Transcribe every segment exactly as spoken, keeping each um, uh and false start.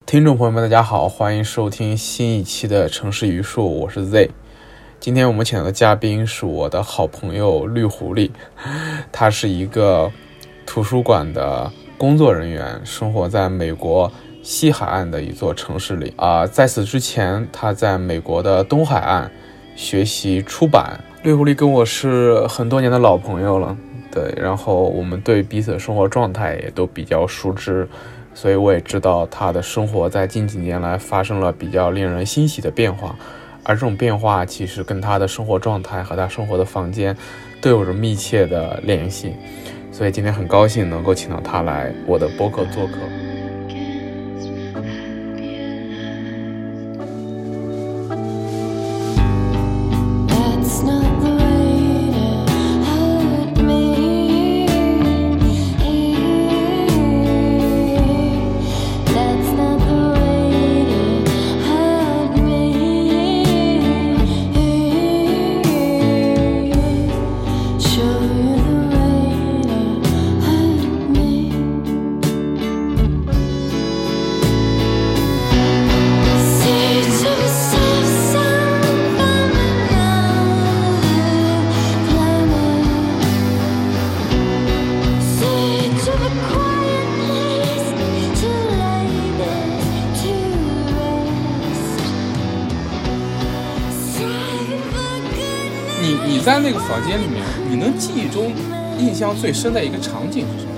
听众朋友们大家好，欢迎收听新一期的城市榆树，我是 Z。 今天我们请到的嘉宾是我的好朋友绿狐狸，他是一个图书馆的工作人员，生活在美国西海岸的一座城市里啊、呃。在此之前他在美国的东海岸学习出版。绿狐狸跟我是很多年的老朋友了，对，然后我们对彼此的生活状态也都比较熟知，所以我也知道他的生活在近几年来发生了比较令人欣喜的变化，而这种变化其实跟他的生活状态和他生活的房间都有着密切的联系，所以今天很高兴能够请到他来我的播客做客。 你在那个房间里面，你能记忆中印象最深的一个场景是什么？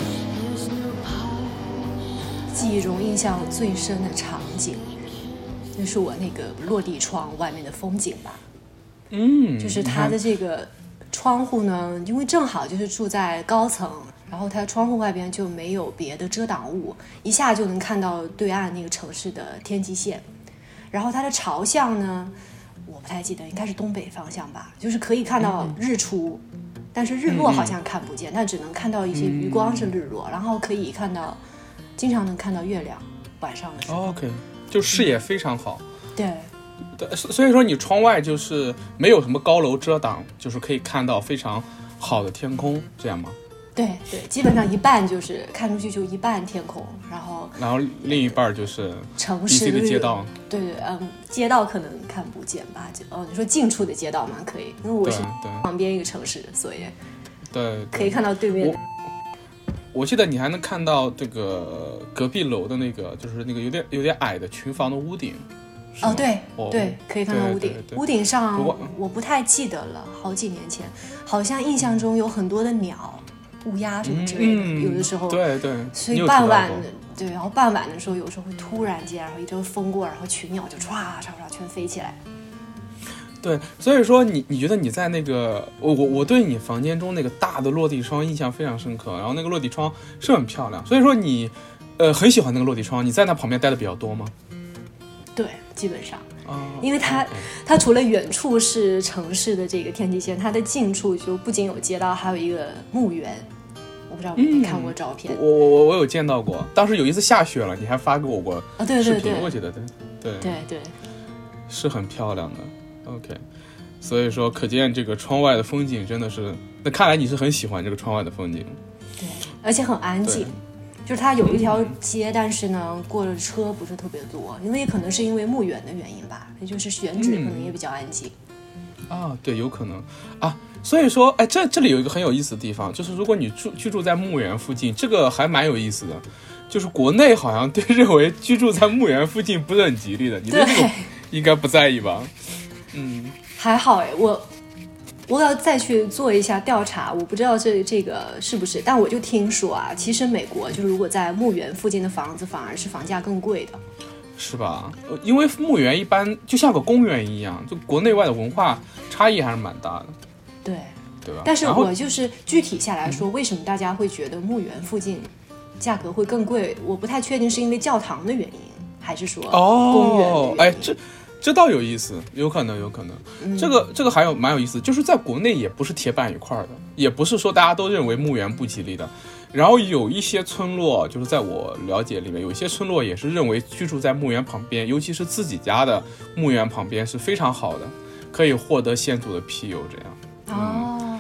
记忆中印象最深的场景，就是我那个落地窗外面的风景吧。 嗯， 就是它的这个窗户呢，因为正好就是住在高层，然后它窗户外边就没有别的遮挡物，一下就能看到对岸那个城市的天际线。然后它的朝向呢，我不太记得，应该是东北方向吧，就是可以看到日出、嗯、但是日落好像看不见、嗯、但只能看到一些余光是日落、嗯、然后可以看到经常能看到月亮晚上的时候、 哦、OK 就视野非常好、 嗯、对对，所以说你窗外就是没有什么高楼遮挡，就是可以看到非常好的天空，这样吗？ 对对，基本上一半就是看出去就一半天空，然后然后另一半就是城市的街道。 对对嗯，街道可能看不见吧？哦，你说近处的街道嘛，可以，因为我是旁边一个城市，所以对可以看到对面。 我, 我记得你还能看到这个隔壁楼的那个，就是那个有点有点矮的群房的屋顶。 哦，对、哦、对，可以看到屋顶。 对对对， 屋顶上我不太记得了，好几年前，好像印象中有很多的鸟。乌鸦什么之类的、嗯、有的时候对对， 所以傍晚对，然后傍晚的时候有时候会突然间，然后一阵风过，然后群鸟就唰唰唰全飞起来。 对，所以说你你觉得你在那个我我我对你房间中那个大的落地窗印象非常深刻，然后那个落地窗是很漂亮，所以说你呃很喜欢那个落地窗，你在那旁边待的比较多吗？ 对，基本上哦、 因为它、okay. 它除了远处是城市的这个天际线，它的近处就不仅有街道，还有一个墓园。我不知道你有没有看过照片、 嗯、我我我有见到过，当时有一次下雪了，你还发给我过啊、哦？对对对， 我记得对对对对， 是很漂亮的。OK， 所以说可见这个窗外的风景真的是，那看来你是很喜欢这个窗外的风景。 对，而且很安静。就是它有一条街、嗯、但是呢过了车不是特别多，因为可能是因为墓园的原因吧，也就是选址可能也比较安静、 嗯、啊，对，有可能啊。所以说哎，这这里有一个很有意思的地方，就是如果你住居住在墓园附近，这个还蛮有意思的，就是国内好像对认为居住在墓园附近不是很吉利的，你对这个应该不在意吧？嗯， 还好哎，我我要再去做一下调查，我不知道这这个是不是，但我就听说啊，其实美国就是如果在墓园附近的房子反而是房价更贵的， 是吧？因为墓园一般就像个公园一样，就国内外的文化差异还是蛮大的， 对对吧？ 但是我就是具体下来说，为什么大家会觉得墓园附近价格会更贵？我不太确定是因为教堂的原因，还是说公园的原因。 哦，哎，这。这倒有意思，有可能有可能、嗯、这个这个还有蛮有意思，就是在国内也不是铁板一块的，也不是说大家都认为墓园不吉利的，然后有一些村落，就是在我了解里面，有一些村落也是认为居住在墓园旁边，尤其是自己家的墓园旁边是非常好的，可以获得先祖的庇佑，这样。 哦、嗯，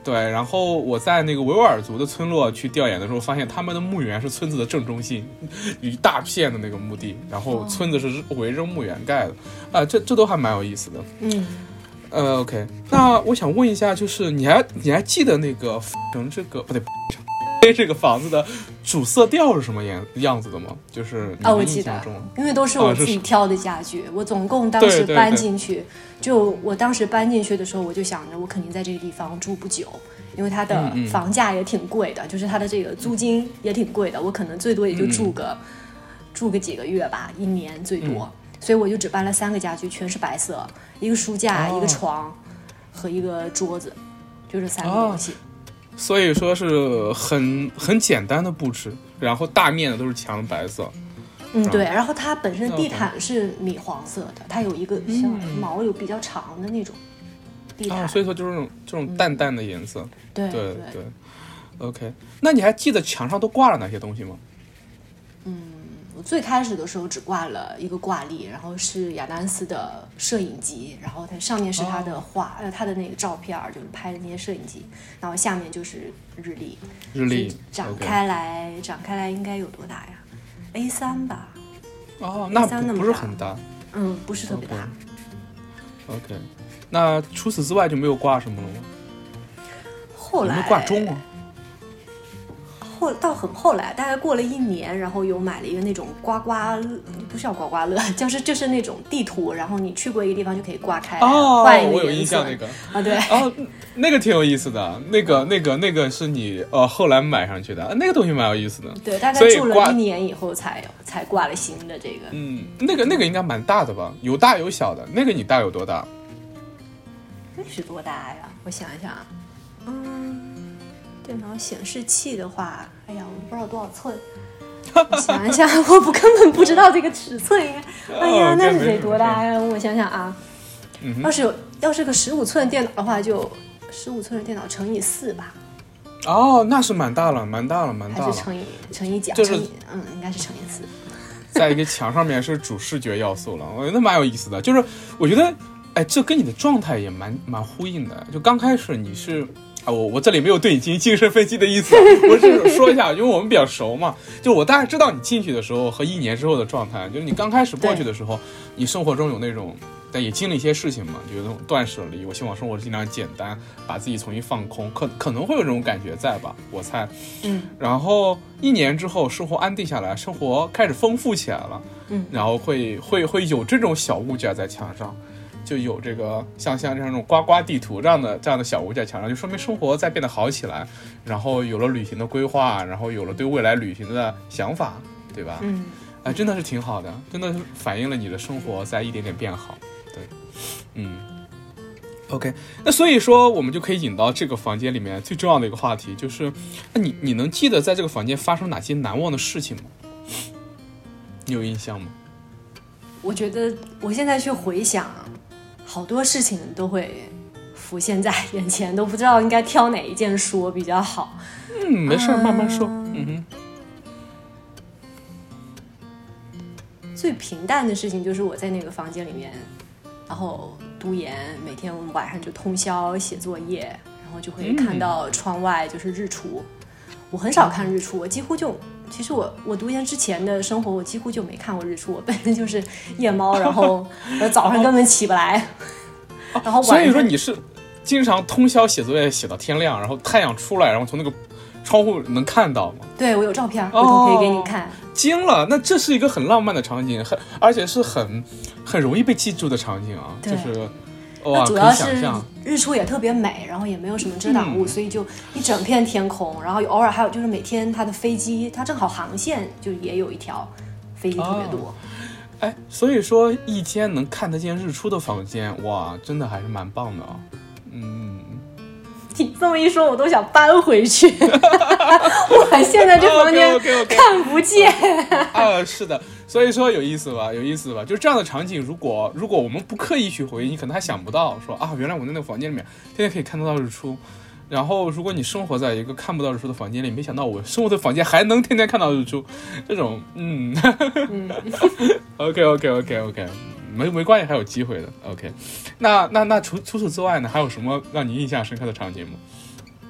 对，然后我在那个维吾尔族的村落去调研的时候，发现他们的墓园是村子的正中心，一大片的那个墓地，然后村子是围着墓园盖的，啊、呃，这这都还蛮有意思的。 嗯， 呃 ，OK， 那我想问一下，就是你还你还记得那个城这个不对，这个房子的主色调是什么样样子的吗？就是你的印象中， 哦、因为都是我自己挑的家具，啊、我总共当时搬进去，对对对，就我当时搬进去的时候，我就想着我肯定在这个地方住不久，因为它的房价也挺贵的，嗯嗯，就是它的这个租金也挺贵的，我可能最多也就住个、嗯、住个几个月吧，一年最多。嗯，所以我就只搬了三个家具，全是白色，一个书架、哦、一个床和一个桌子，就这三个东西。哦， 所以说是很很简单的布置，然后大面的都是墙白色。 嗯，对，然后它本身地毯是米黄色的，它有一个像毛有比较长的那种地毯， 啊，所以说就是这种这种淡淡的颜色。 嗯、对对 对, 对 ，OK。那你还记得墙上都挂了哪些东西吗？ 嗯。我最开始的时候只挂了一个挂历，然后是亚当斯的摄影集，然后它上面是他的画，呃、哦，他的那个照片，就是拍的那些摄影集，然后下面就是日历。 日历展开来， okay. 展开来应该有多大呀 ？A 三 吧。 哦，那不是很大。 嗯，不是特别大。 OK， okay. 那除此之外就没有挂什么了吗？ 后来有没有挂钟啊？ 后到很后来，大概过了一年，然后有买了一个那种刮刮，不是叫刮刮乐，就是就是那种地图，然后你去过一个地方就可以刮开， 哦， 换一个我有印象那个啊，对， 哦，那个挺有意思的，那个那个那个是你呃后来买上去的，那个东西蛮有意思的， 对，大概住了一年以后才才挂了新的这个， 嗯，那个那个应该蛮大的吧，有大有小的，那个你大有多大？ 那是多大呀？我想一想，嗯。电脑显示器的话，哎呀，我不知道多少寸。我想一想，我不根本不知道这个尺寸应该。哎呀，那是得多大呀？我想想啊， 嗯、 要是有要是个十五寸电脑的话，就十五寸的电脑乘以四吧。 哦，那是蛮大了，蛮大了，蛮大了。 还是乘以乘以几？ 就是嗯，应该是乘以四。 在一个墙上面是主视觉要素了，我觉得蛮有意思的。就是我觉得，哎，这跟你的状态也蛮蛮呼应的。就刚开始你是。啊、我我这里没有对你进行精神分析的意思，我是说一下，因为我们比较熟嘛，就我大概知道你进去的时候和一年之后的状态，就是你刚开始过去的时候，你生活中有那种，但也经历一些事情嘛，就有那种断舍离，我希望生活尽量简单，把自己重新放空，可可能会有这种感觉在吧，我猜， 嗯， 然后一年之后，生活安定下来，生活开始丰富起来了， 嗯， 然后会会会有这种小物件在墙上。就有这个像像这种刮刮地图这样的这样的小物件墙上，就说明生活在变得好起来，然后有了旅行的规划，然后有了对未来旅行的想法，对吧？ 嗯， 哎，真的是挺好的，真的是反映了你的生活在一点点变好。对，嗯 ，OK， 那所以说我们就可以引到这个房间里面最重要的一个话题，就是那你你能记得在这个房间发生哪些难忘的事情吗？你有印象吗？ 我觉得我现在去回想。好多事情都会浮现在眼前，都不知道应该挑哪一件说比较好。 嗯，没事，慢慢说。嗯哼。最平淡的事情就是我在那个房间里面，然后读研，每天晚上就通宵写作业，然后就会看到窗外就是日出。嗯、我很少看日出，我几乎就。其实我我读研之前的生活，我几乎就没看过日出，我本身就是夜猫，然后早上根本起不来， 哦、 然后晚上。 所以说你是经常通宵写作业写到天亮，然后太阳出来，然后从那个窗户能看到吗？ 对，我有照片，回头可以给你看。 惊了，那这是一个很浪漫的场景，很而且是很很容易被记住的场景啊，就是。 那主要是日出也特别美，然后也没有什么遮挡物、嗯、所以就一整片天空，然后偶尔还有就是每天它的飞机，它正好航线就也有一条飞机特别多、哦、 哎，所以说一间能看得见日出的房间，哇，真的还是蛮棒的啊。嗯， 你这么一说我都想搬回去我现在这房间看不见啊，是的，所以说有意思吧，有意思吧，就是这样的场景，如果如果我们不刻意去回忆，你可能还想不到说啊，原来我在那个房间里面天天可以看得到日出。然后如果你生活在一个看不到日出的房间里，没想到我生活的房间还能天天看到日出，这种嗯嗯OK OK OK OK 没没关系，还有机会的。 OK， 那那那除除此之外呢，还有什么让你印象深刻的场景吗？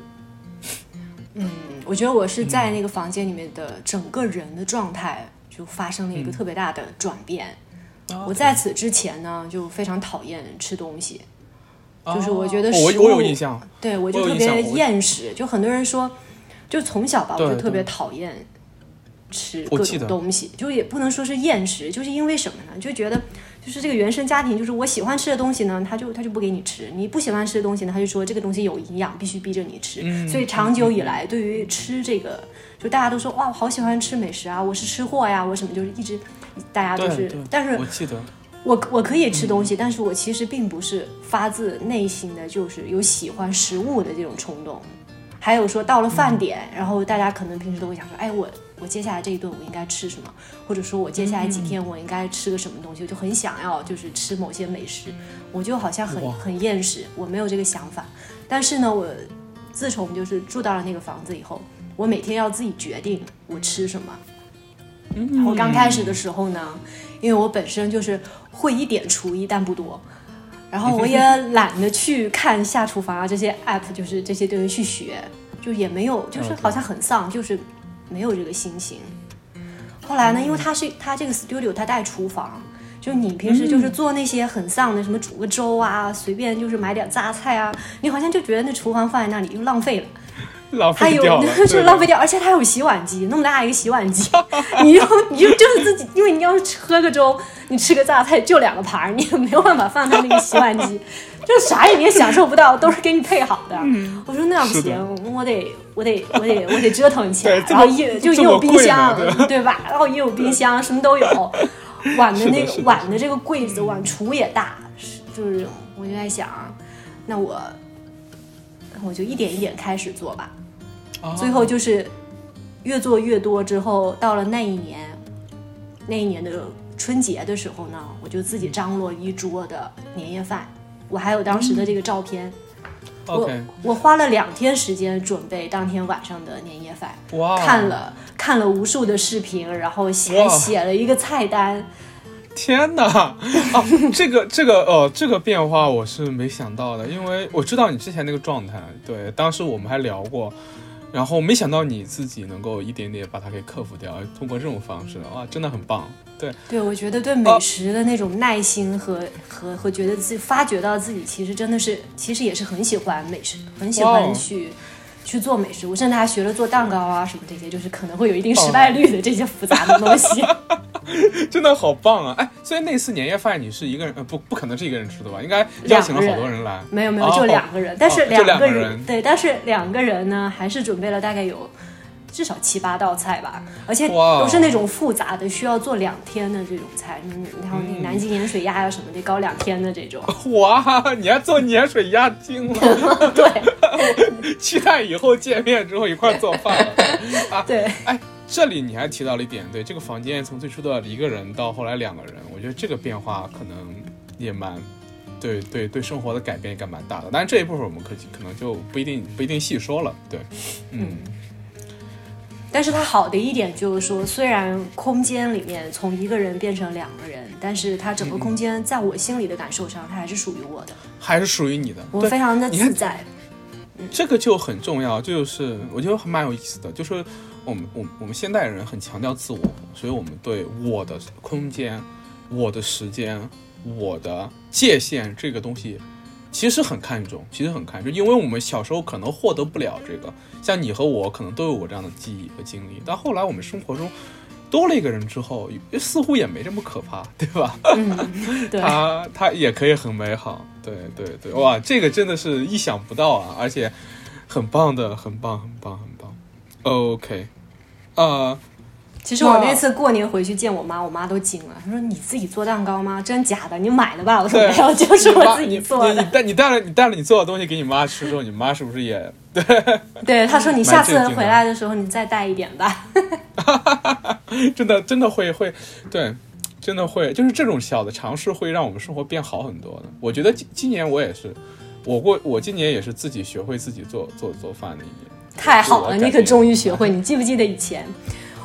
我觉得我是在那个房间里面的整个人的状态就发生了一个特别大的转变。嗯、我在此之前呢，就非常讨厌吃东西，哦、就是我觉得食物， 我我有印象， 对我就特别厌食。就很多人说，就从小吧，我就特别讨厌吃各种东西，就也不能说是厌食，就是因为什么呢？就觉得。就是这个原生家庭，就是我喜欢吃的东西呢，他就他就不给你吃；你不喜欢吃的东西呢，他就说这个东西有营养，必须逼着你吃。嗯、所以长久以来，对于吃这个，就大家都说哇，我好喜欢吃美食啊，我是吃货呀，我什么就是一直大家都是。但是我记得我我可以吃东西、嗯，但是我其实并不是发自内心的就是有喜欢食物的这种冲动。还有说到了饭点、嗯，然后大家可能平时都会想说，哎我。我接下来这一顿我应该吃什么，或者说我接下来几天我应该吃个什么东西，嗯、我就很想要就是吃某些美食，我就好像很很厌食，我没有这个想法。但是呢，我自从就是住到了那个房子以后，我每天要自己决定我吃什么。嗯、然后刚开始的时候呢，因为我本身就是会一点厨艺但不多，然后我也懒得去看下厨房啊这些 app， 就是这些东西去学，就也没有，就是好像很丧，就是没有这个心情。后来呢，因为它是它这个 studio 它带厨房，就你平时就是做那些很丧的什么煮个粥啊，随便就是买点榨菜啊，你好像就觉得那厨房放在那里又浪费了。 浪费掉了， 它有是浪费掉，而且它有洗碗机，那么大一个洗碗机，你就你就就是自己，因为你要是喝个粥，你吃个榨菜就两个盘，你也没有办法放在那个洗碗机，就啥也你也享受不到，都是给你配好的。嗯、我说那样不行，我得我得我得我得折腾起来，然后也就也有冰箱，对, 对吧？然后也有冰箱，什么都有。碗的那个碗的这个柜子，碗橱也大，就是我就在想，那我。我就一点一点开始做吧，最后就是越做越多之后，到了那一年那一年的春节的时候呢，我就自己张罗一桌的年夜饭，我还有当时的这个照片、 嗯、我, okay. 我花了两天时间准备当天晚上的年夜饭，看了看了无数的视频，然后写写了一个菜单。 天哪啊，这个这个呃这个变化我是没想到的，因为我知道你之前那个状态，对，当时我们还聊过，然后没想到你自己能够一点点把它给克服掉，通过这种方式，哇，真的很棒。对对，我觉得对美食的那种耐心和、啊、和和觉得自己发觉到自己其实真的是其实也是很喜欢美食，很喜欢去去做美食，我甚至还学了做蛋糕啊什么这些，就是可能会有一定失败率的这些复杂的东西。 真的好棒啊！哎，所以那次年夜饭你是一个人，呃，不，不可能是一个人吃的吧？应该邀请了好多人来。 没有没有，就两个人，哦、但是两个人、哦、对，但是两个人呢，还是准备了大概有至少七八道菜吧，而且都是那种复杂的，需要做两天的这种菜，嗯，然后那南京盐水鸭呀什么得搞两天的这种。 哇，你还做盐水鸭精了？ 对， 期待以后见面之后一块做饭了。啊、 对， 哎。这里你还提到了一点，对这个房间从最初的一个人到后来两个人，我觉得这个变化可能也蛮，对对对生活的改变应该蛮大的。当然这一部分我们可可能就不一定不一定细说了，对，嗯。嗯但是它好的一点就是说，虽然空间里面从一个人变成两个人，但是它整个空间在我心里的感受上，它还是属于我的， 还是属于你的， 我非常的自在。 这个就很重要，就是我觉得蛮有意思的，就是我们我们我们现代人很强调自我，所以我们对我的空间、我的时间、我的界限这个东西，其实很看重，其实很看重，因为我们小时候可能获得不了这个，像你和我可能都有过这样的记忆和经历，但后来我们生活中多了一个人之后，似乎也没这么可怕，对吧？ 嗯，对， 他他也可以很美好，对对对，哇，这个真的是意想不到啊，而且很棒的，很棒，很棒，很棒。OK， 呃， 其实我那次过年回去见我妈，我妈都惊了，她说：“你自己做蛋糕吗？真假的？你买的吧？”我说：“没有，就是我自己做的。 你”你带你带了你带了你做的东西给你妈吃之后，你妈是不是也对？ 对，她说：“你下次回来的时候，你再带一点吧。” 真的真的会会，对，真的会，就是这种小的尝试会让我们生活变好很多的。我觉得今今年我也是，我过我今年也是自己学会自己做做做饭的一年。 太好了，你可终于学会。你记不记得以前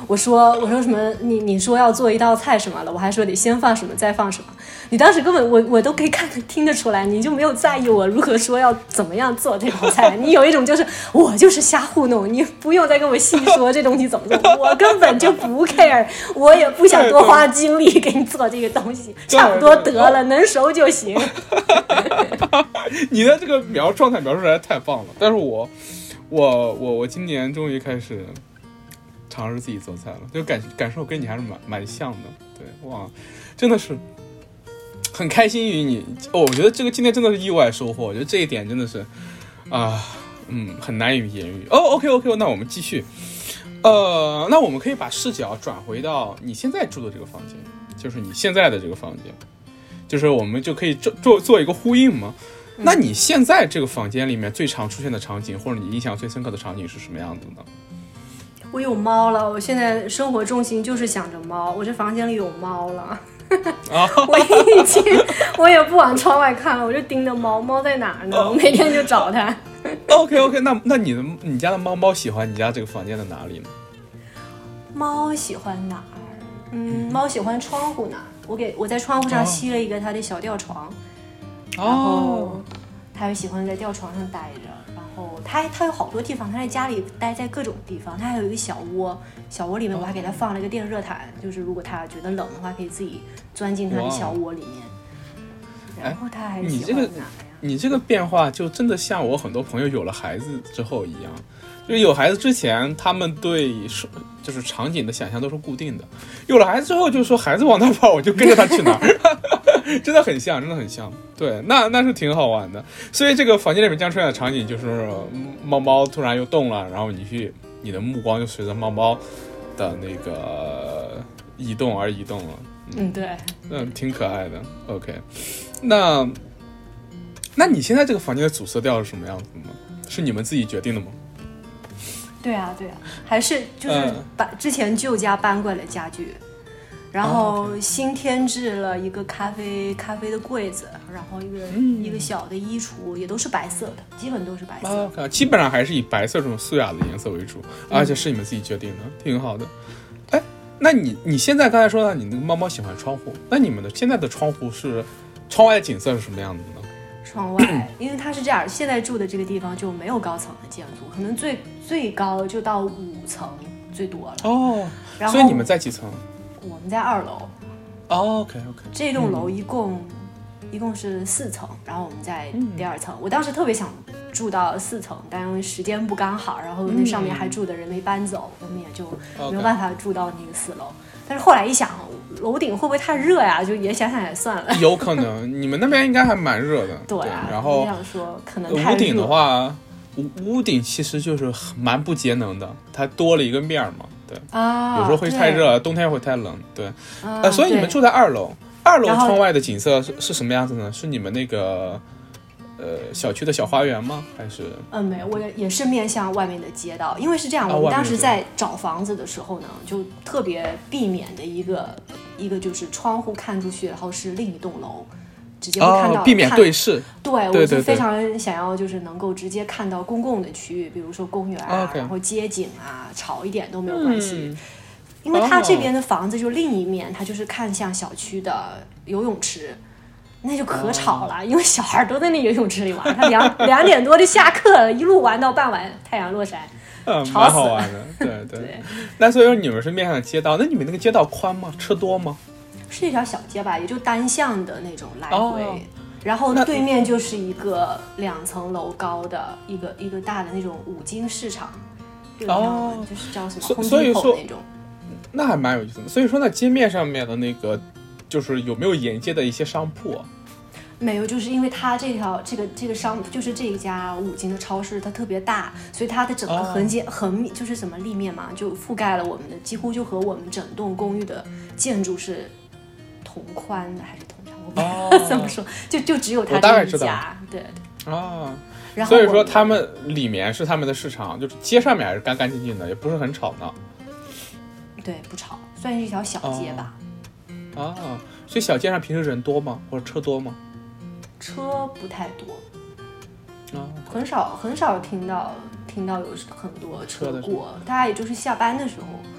我说我说什么？你你说要做一道菜什么了？我还说得先放什么，再放什么。你当时根本我我都可以看听得出来，你就没有在意我如何说要怎么样做这道菜。你有一种就是我就是瞎糊弄，你不用再跟我细说这东西怎么做，我根本就不 care， 我也不想多花精力给你做这个东西，差不多得了，能熟就行。 你的这个描状态描述实在太棒了，但是我我我我今年终于开始尝试自己做菜了，就感感受跟你还是蛮蛮像的。对，哇，真的是很开心于你。哦，我觉得这个今天真的是意外收获，我觉得这一点真的是啊，嗯，很难以言喻。哦 ，OK OK， 那我们继续。呃，那我们可以把视角转回到你现在住的这个房间，就是你现在的这个房间，就是我们就可以做做做一个呼应嘛。那你现在这个房间里面最常出现的场景，或者你印象最深刻的场景是什么样子呢？ 我有猫了，我现在生活重心就是想着猫，我这房间里有猫了。我已经我也不往窗外看了，我就盯着猫，猫在哪儿呢？我每天就找它。 OK OK， 那那你的你家的猫猫喜欢你家这个房间的哪里呢？ 猫喜欢哪儿？嗯，猫喜欢窗户那儿。我给我在窗户上吸了一个它的小吊床，哦、然后它又喜欢在吊床上待着。然后它它有好多地方，它在家里待在各种地方。它还有一个小窝，小窝里面我还给它放了一个电热毯，就是如果它觉得冷的话，可以自己钻进它的小窝里面。然后它还喜欢哪呀？ 你这个变化就真的像我很多朋友有了孩子之后一样，就是有孩子之前他们对就是场景的想象都是固定的，有了孩子之后就说孩子往哪跑我就跟着他去哪儿。真的很像，真的很像。对，那那是挺好玩的。所以这个房间里面将出现的场景就是猫猫突然又动了，然后你去，你的目光就随着猫猫的那个移动而移动了。 嗯，嗯对， 嗯，挺可爱的。OK， 那那你现在这个房间的主色调是什么样子的吗？是你们自己决定的吗？ 对啊，对啊，还是就是把之前旧家搬过来家具。然后新添置了一个咖啡咖啡的柜子，然后一个、嗯、一个小的衣橱，也都是白色的，基本都是白色的、 啊、基本上还是以白色这种素雅的颜色为主，而且是你们自己决定的、嗯、挺好的。哎，那你你现在刚才说到你那个猫猫喜欢窗户，那你们的现在的窗户是窗外的景色是什么样子的呢？ 窗外因为它是这样，现在住的这个地方就没有高层的建筑，可能最最高就到五层最多了哦。然后所以你们在几层？ 我们在二楼。 哦 OK OK， 这栋楼一共、嗯、一共是四层，然后我们在第二层、嗯、我当时特别想住到四层，但因为时间不刚好，然后那上面还住的人没搬走、嗯、我们也就没有办法住到那个四楼、okay. 但是后来一想楼顶会不会太热呀，就也想想也算了。 有可能你们那边应该还蛮热的。 对啊， 对，然后想说可能太热。 屋顶的话屋屋顶其实就是蛮不节能的，它多了一个面嘛。对啊，有时候会太热，冬天会太冷。对、啊呃、所以你们住在二楼，二楼窗外的景色 是, 是什么样子呢？是你们那个呃小区的小花园吗？还是嗯没有，我也是面向外面的街道。因为是这样、啊、我们当时在找房子的时候呢，就特别避免的一个一个就是窗户看出去然后是另一栋楼，直接会看到、 哦、避免对视。 对，我就非常想要就是能够直接看到公共的区域，比如说公园啊、okay. 然后街景啊，吵一点都没有关系、嗯、因为它这边的房子就另一面、哦、它就是看向小区的游泳池，那就可吵了、哦、因为小孩都在那游泳池里玩，他两两点多就下课了，一路玩到傍晚太阳落山， 嗯， 蛮好玩的。对 对, 对。那所以说你们是面向街道，那你们那个街道宽吗？车多吗？ 是一条小街吧，也就单向的那种来回、哦、然后对面就是一个两层楼高的一个一个大的那种五金市场，哦，就是叫什么 Home Depot 那种。 那还蛮有意思的。所以说那街面上面的那个就是有没有沿街的一些商铺啊？ 没有，就是因为它这条这个这个商就是这一家五金的超市它特别大，所以它的整个横街、哦、横就是什么立面嘛，就覆盖了我们的几乎就和我们整栋公寓的建筑是同宽的还是同长，我不知道怎么说，就就只有它这一家，对对啊。然后所以说他们里面是他们的市场，就是街上面还是干干净净的，也不是很吵闹。 对，不吵，算是一条小街吧。 啊，啊所以小街上平时人多吗？或者车多吗？ 车不太多， 啊， 很少很少听到听到有很多车过，大家也就是下班的时候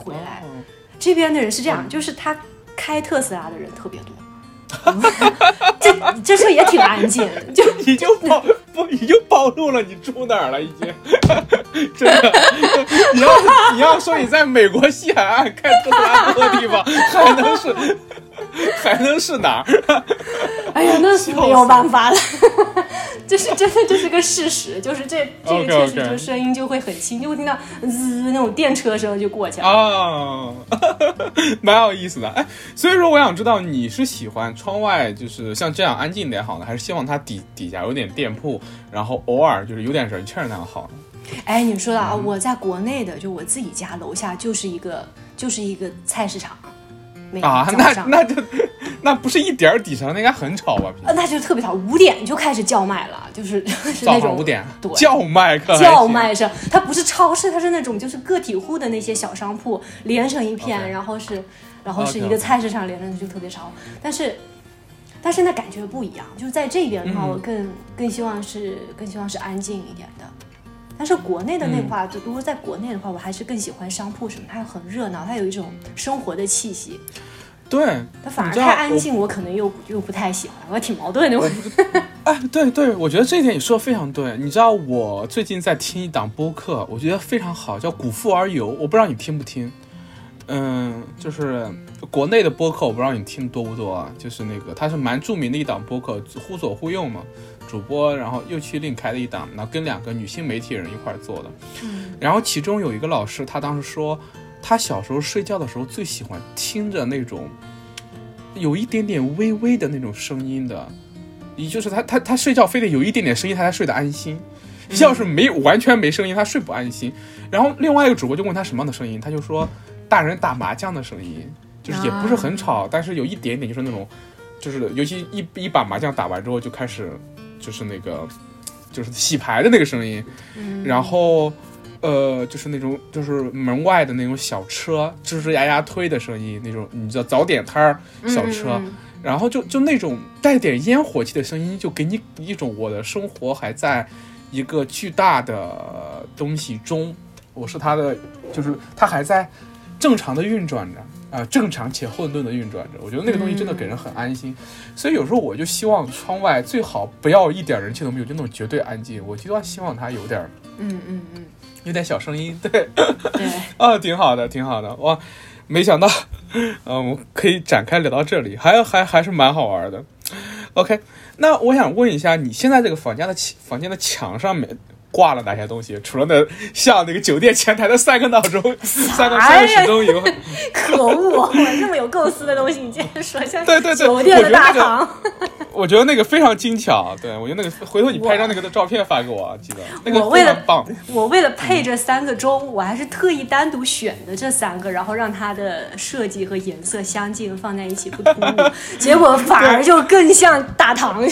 回来。哦、这边的人是这样，嗯、就是他开特斯拉的人特别多。这这车也挺安静，就你就暴不你就暴露了你住哪儿了已经，真的，你要你要说你在美国西海岸开特斯拉多的地方，还能是还能是哪儿？ 哎呀，那是没有办法了，这是真的，这是个事实，就是这这个确实就声音就会很轻， okay, okay. 就会听到滋那种电车声就过去了啊，蛮有意思的。哎，所以说我想知道你是喜欢窗外就是像这样安静点好呢，还是希望它底底下有点店铺，然后偶尔就是有点人气那样好呢？ 哎，你说的啊，嗯、我在国内的，就我自己家楼下就是一个就是一个菜市场。 啊，那那就那不是一点底商，那应该很吵吧？ 呃，那就特别吵，五点就开始叫卖了，就是是那种五点叫卖， 叫卖声，它不是超市，它是那种就是个体户的那些小商铺连成一片， okay. 然后是然后是一个菜市场连着就特别吵， okay. 但是但是那感觉不一样，就是在这边的话，嗯、我更更希望是更希望是安静一点的。但是国内的那话，嗯、如果在国内的话，我还是更喜欢商铺什么，它很热闹，它有一种生活的气息。 对， 它反而太安静，我可能又又不太喜欢，我挺矛盾的。我哎，对对，我觉得这一点你说的非常对。你知道我最近在听一档播客，我觉得非常好，叫《古富而游》，我不知道你听不听。嗯，就是国内的播客，我不知道你听多不多啊。就是那个，它是蛮著名的一档播客，忽左忽右嘛。主播，然后又去另开了一档，然后跟两个女性媒体人一块做的。嗯，然后其中有一个老师，他当时说，他小时候睡觉的时候最喜欢听着那种有一点点微微的那种声音的，也就是他他他睡觉非得有一点点声音，他才睡得安心。要是没完全没声音，他睡不安心。然后另外一个主播就问他什么样的声音，他就说大人打麻将的声音，就是也不是很吵，但是有一点点就是那种，就是尤其一一把麻将打完之后就开始。就是那个，就是洗牌的那个声音，嗯、然后，呃，就是那种，就是门外的那种小车吱吱呀呀推的声音，那种你知道早点摊儿小车，嗯嗯嗯然后就就那种带点烟火气的声音，就给你一种我的生活还在一个巨大的东西中，我是它的，就是它还在正常的运转着。啊、呃，正常且混沌的运转着，我觉得那个东西真的给人很安心，嗯、所以有时候我就希望窗外最好不要一点人气都没有，就那种绝对安静。我就希望它有点， 嗯嗯嗯， 有点小声音，对， 对， 啊，挺好的，挺好的，哇，没想到，嗯、呃，我们可以展开聊到这里，还还还是蛮好玩的。OK， 那我想问一下，你现在这个房间的房间的墙上面。挂了哪些东西？除了那像那个酒店前台的三个闹钟、三个三个时钟以外， 可恶！我这么有构思的东西，你竟然说像对对对， 酒店的大堂。 我觉得那个非常精巧，对我觉得那个回头你拍张那个的照片发给我，记得那个非常棒。 我为了配这三个钟，嗯、我还是特意单独选的这三个，然后让它的设计和颜色相近，放在一起不突兀，结果反而就更像大堂。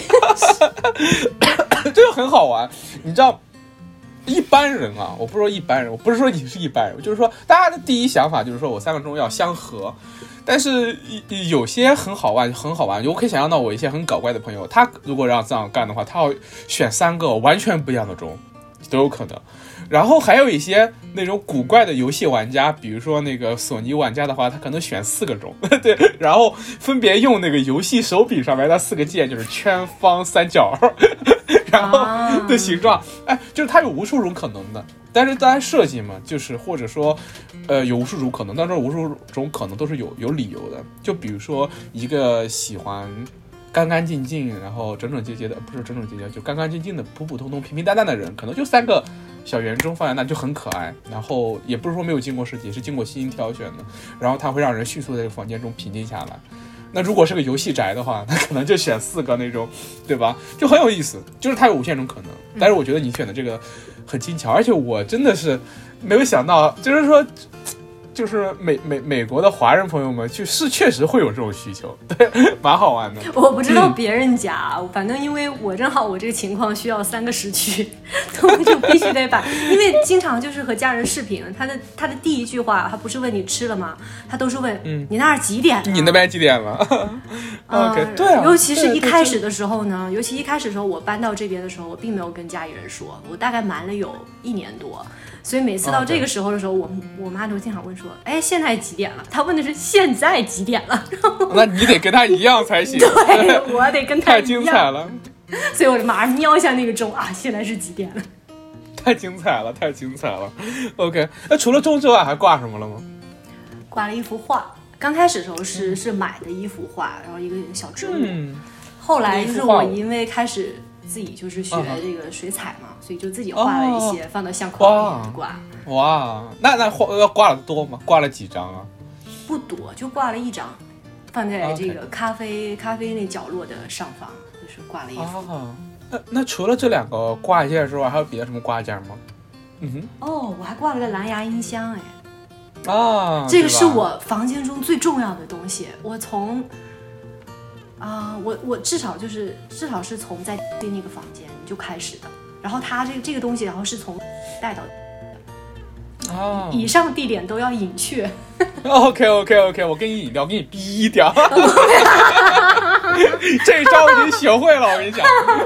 这个很好玩，你知道。一般人啊，我不是说一般人，我不是说你是一般人，就是说大家的第一想法就是说我三个钟要相合，但是有些很好玩，很好玩，我可以想象到我一些很搞怪的朋友，他如果让这样干的话，他要选三个完全不一样的钟，都有可能。然后还有一些那种古怪的游戏玩家，比如说那个索尼玩家的话，他可能选四个钟，对，然后分别用那个游戏手柄上面的四个键，就是圈、方、三角。然后的形状，哎，就是它有无数种可能的，但是当然设计嘛，就是或者说，呃，有无数种可能，但是无数种可能都是有有理由的。就比如说一个喜欢干干净净，然后整整洁洁的，不是整整洁洁，就干干净净的、普普通通、平平淡淡的人，可能就三个小圆钟放在那就很可爱。然后也不是说没有经过设计，也是经过细心挑选的。然后它会让人迅速在这个房间中平静下来。那如果是个游戏宅的话，那可能就选四个那种，对吧？就很有意思，就是它有无限种可能。但是我觉得你选的这个很精巧，而且我真的是没有想到，就是说，就是美美美国的华人朋友们，就是确实会有这种需求，对，蛮好玩的。 我不知道别人家，嗯、反正因为我正好我这个情况需要三个时区，我就必须得把，因为经常就是和家人视频，他的他的第一句话，他不是问你吃了吗？他都是问，嗯、你那儿几点了？ 你那边几点了？ 嗯、 OK， 对啊。 尤其是一开始的时候呢，尤其一开始的时候，我搬到这边的时候，我并没有跟家里人说，我大概瞒了有一年多。 所以每次到这个时候的时候，我我妈都经常问说：“哎，现在几点了？”她问的是现在几点了。 那你得跟她一样才行。 对，我得跟她一样。 太精彩了。 所以我就马上瞄一下那个钟啊，现在是几点了？ 太精彩了，太精彩了。OK， 那除了钟之外还挂什么了吗？ 挂了一幅画。刚开始的时候是、嗯、是买的一幅画，然后一个小植物。嗯、后来就是我因为开始自己就是学这个水彩嘛，嗯、所以就自己画了一些、哦、放到相框里面挂。 哇，那那画挂了多吗？挂了几张啊？ 不多，就挂了一张，放在这个咖啡、okay. 咖啡那角落的上方，就是挂了一幅。 哦、那那除了这两个挂件之外，还有别的什么挂件吗？嗯哼。 哦，我还挂了个蓝牙音箱，哎。 啊， 这个是我房间中最重要的东西。我从啊、呃，我我至少就是至少是从在那个房间就开始的。然后它这个这个东西，然后是从带到的。 啊， 以上地点都要隐去。 OK OK OK， 我给你饮料，给你逼掉。这一招我已经学会了，我跟你讲。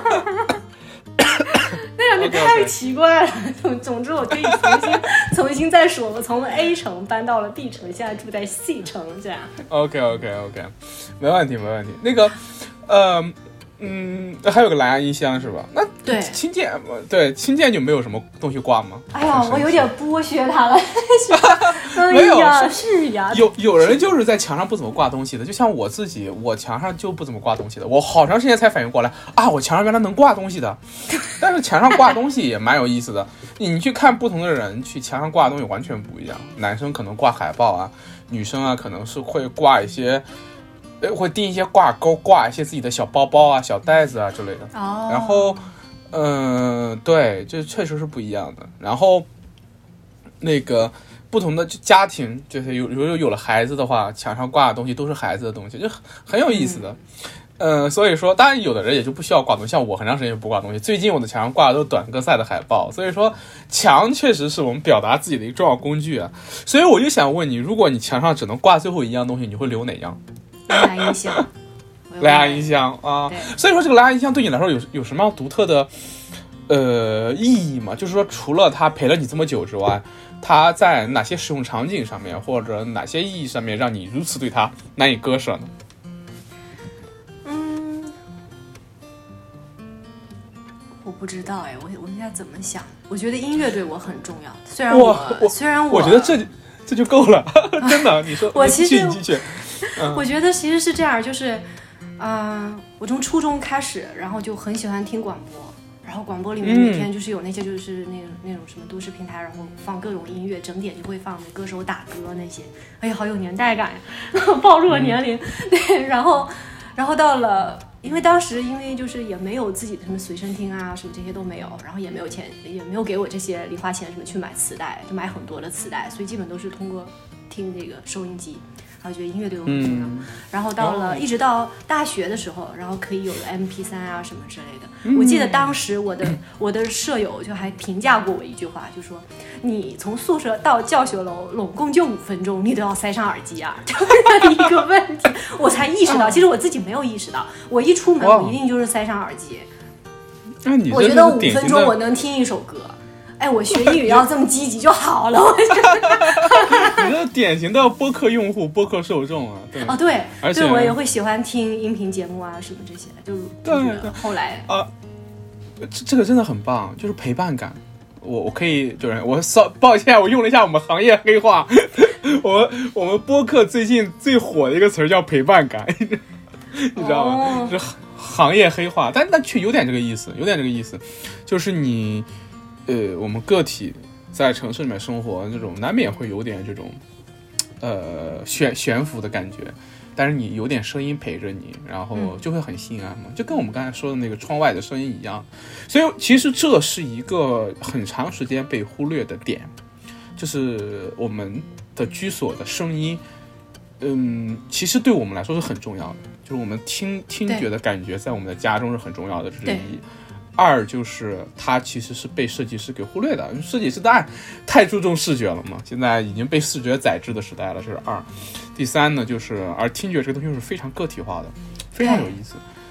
那两个太奇怪了。总总之，我可以重新重新再说。我从 A 城搬到了 B 城，现在住在 C 城，这样。 OK OK OK， 没问题没问题。那个，呃，嗯，还有个蓝牙音箱是吧？那对轻键，对轻键就没有什么东西挂吗？ 哎呀，我有点剥削它了。 没有， 哎、是呀， 有有人就是在墙上不怎么挂东西的，就像我自己，我墙上就不怎么挂东西的，我好长时间才反应过来啊，我墙上原来能挂东西的。但是墙上挂东西也蛮有意思的，你去看不同的人去墙上挂的东西完全不一样。男生可能挂海报啊，女生啊可能是会挂一些，会钉一些挂钩，挂一些自己的小包包啊、小袋子啊之类的。 哦。 然后，嗯、呃，对，这确实是不一样的。然后，那个。不同的家庭，就是有有有了孩子的话，墙上挂的东西都是孩子的东西，就很有意思的。嗯、呃，所以说，当然有的人也就不需要挂东西，像我很长时间也不挂东西。最近我的墙上挂的都是短歌赛的海报，所以说墙确实是我们表达自己的一个重要工具啊。所以我就想问你，如果你墙上只能挂最后一样东西，你会留哪样？ 蓝牙音箱。 蓝牙音箱啊，所以说这个蓝牙音箱对你来说有有什么样独特的呃意义吗？就是说，除了它陪了你这么久之外，它在哪些使用场景上面，或者哪些意义上面，让你如此对它难以割舍呢？ 嗯，我不知道哎，我我应该怎么想？我觉得音乐对我很重要，虽然我, 我虽然我我觉得这这就够了，真的。你说， 我其实你继续， 嗯、我觉得其实是这样，就是，嗯、呃，我从初中开始，然后就很喜欢听广播。然后广播里面每天就是有那些就是那种、嗯、那种什么都市平台，然后放各种音乐，整点就会放歌手打歌那些，哎呀，好有年代感呀，暴露了年龄。嗯、对，然后，然后到了，因为当时因为就是也没有自己的什么随身听啊，什么这些都没有，然后也没有钱，也没有给我这些零花钱什么去买磁带，就买很多的磁带，所以基本都是通过听这个收音机。然后觉得音乐对我很重要、嗯、然后到了、哦、一直到大学的时候，然后可以有了 M P 三 啊什么之类的、嗯、我记得当时我的我的舍友就还评价过我一句话，就说你从宿舍到教学楼拢共就五分钟，你都要塞上耳机啊，这样一个问题我才意识到，其实我自己没有意识到，我一出门我一定就是塞上耳机。 那你我觉得五分钟我能听一首歌，哎，我学英语要这么积极就好了。我觉得你这典型的播客用户、播客受众啊，对哦，对， 而且对我也会喜欢听音频节目啊，什么这些，就就是后来啊，这这个真的很棒，就是陪伴感。我我可以就是我稍抱歉，我用了一下我们行业黑话，我们我们播客最近最火的一个词叫陪伴感，你知道吗？哦、就是行业黑话，但但却有点这个意思，有点这个意思，就是你。呃，我们个体在城市里面生活，这种难免会有点这种，呃，悬悬浮的感觉。但是你有点声音陪着你，然后就会很心安嘛，嗯、就跟我们刚才说的那个窗外的声音一样。所以其实这是一个很长时间被忽略的点，就是我们的居所的声音，嗯，其实对我们来说是很重要的，就是我们听听觉的感觉在我们的家中是很重要的，这是一。二就是它其实是被设计师给忽略的，设计师当然太注重视觉了嘛，现在已经被视觉宰制的时代了，这是二。第三呢，就是而听觉这个东西是非常个体化的，非常有意思。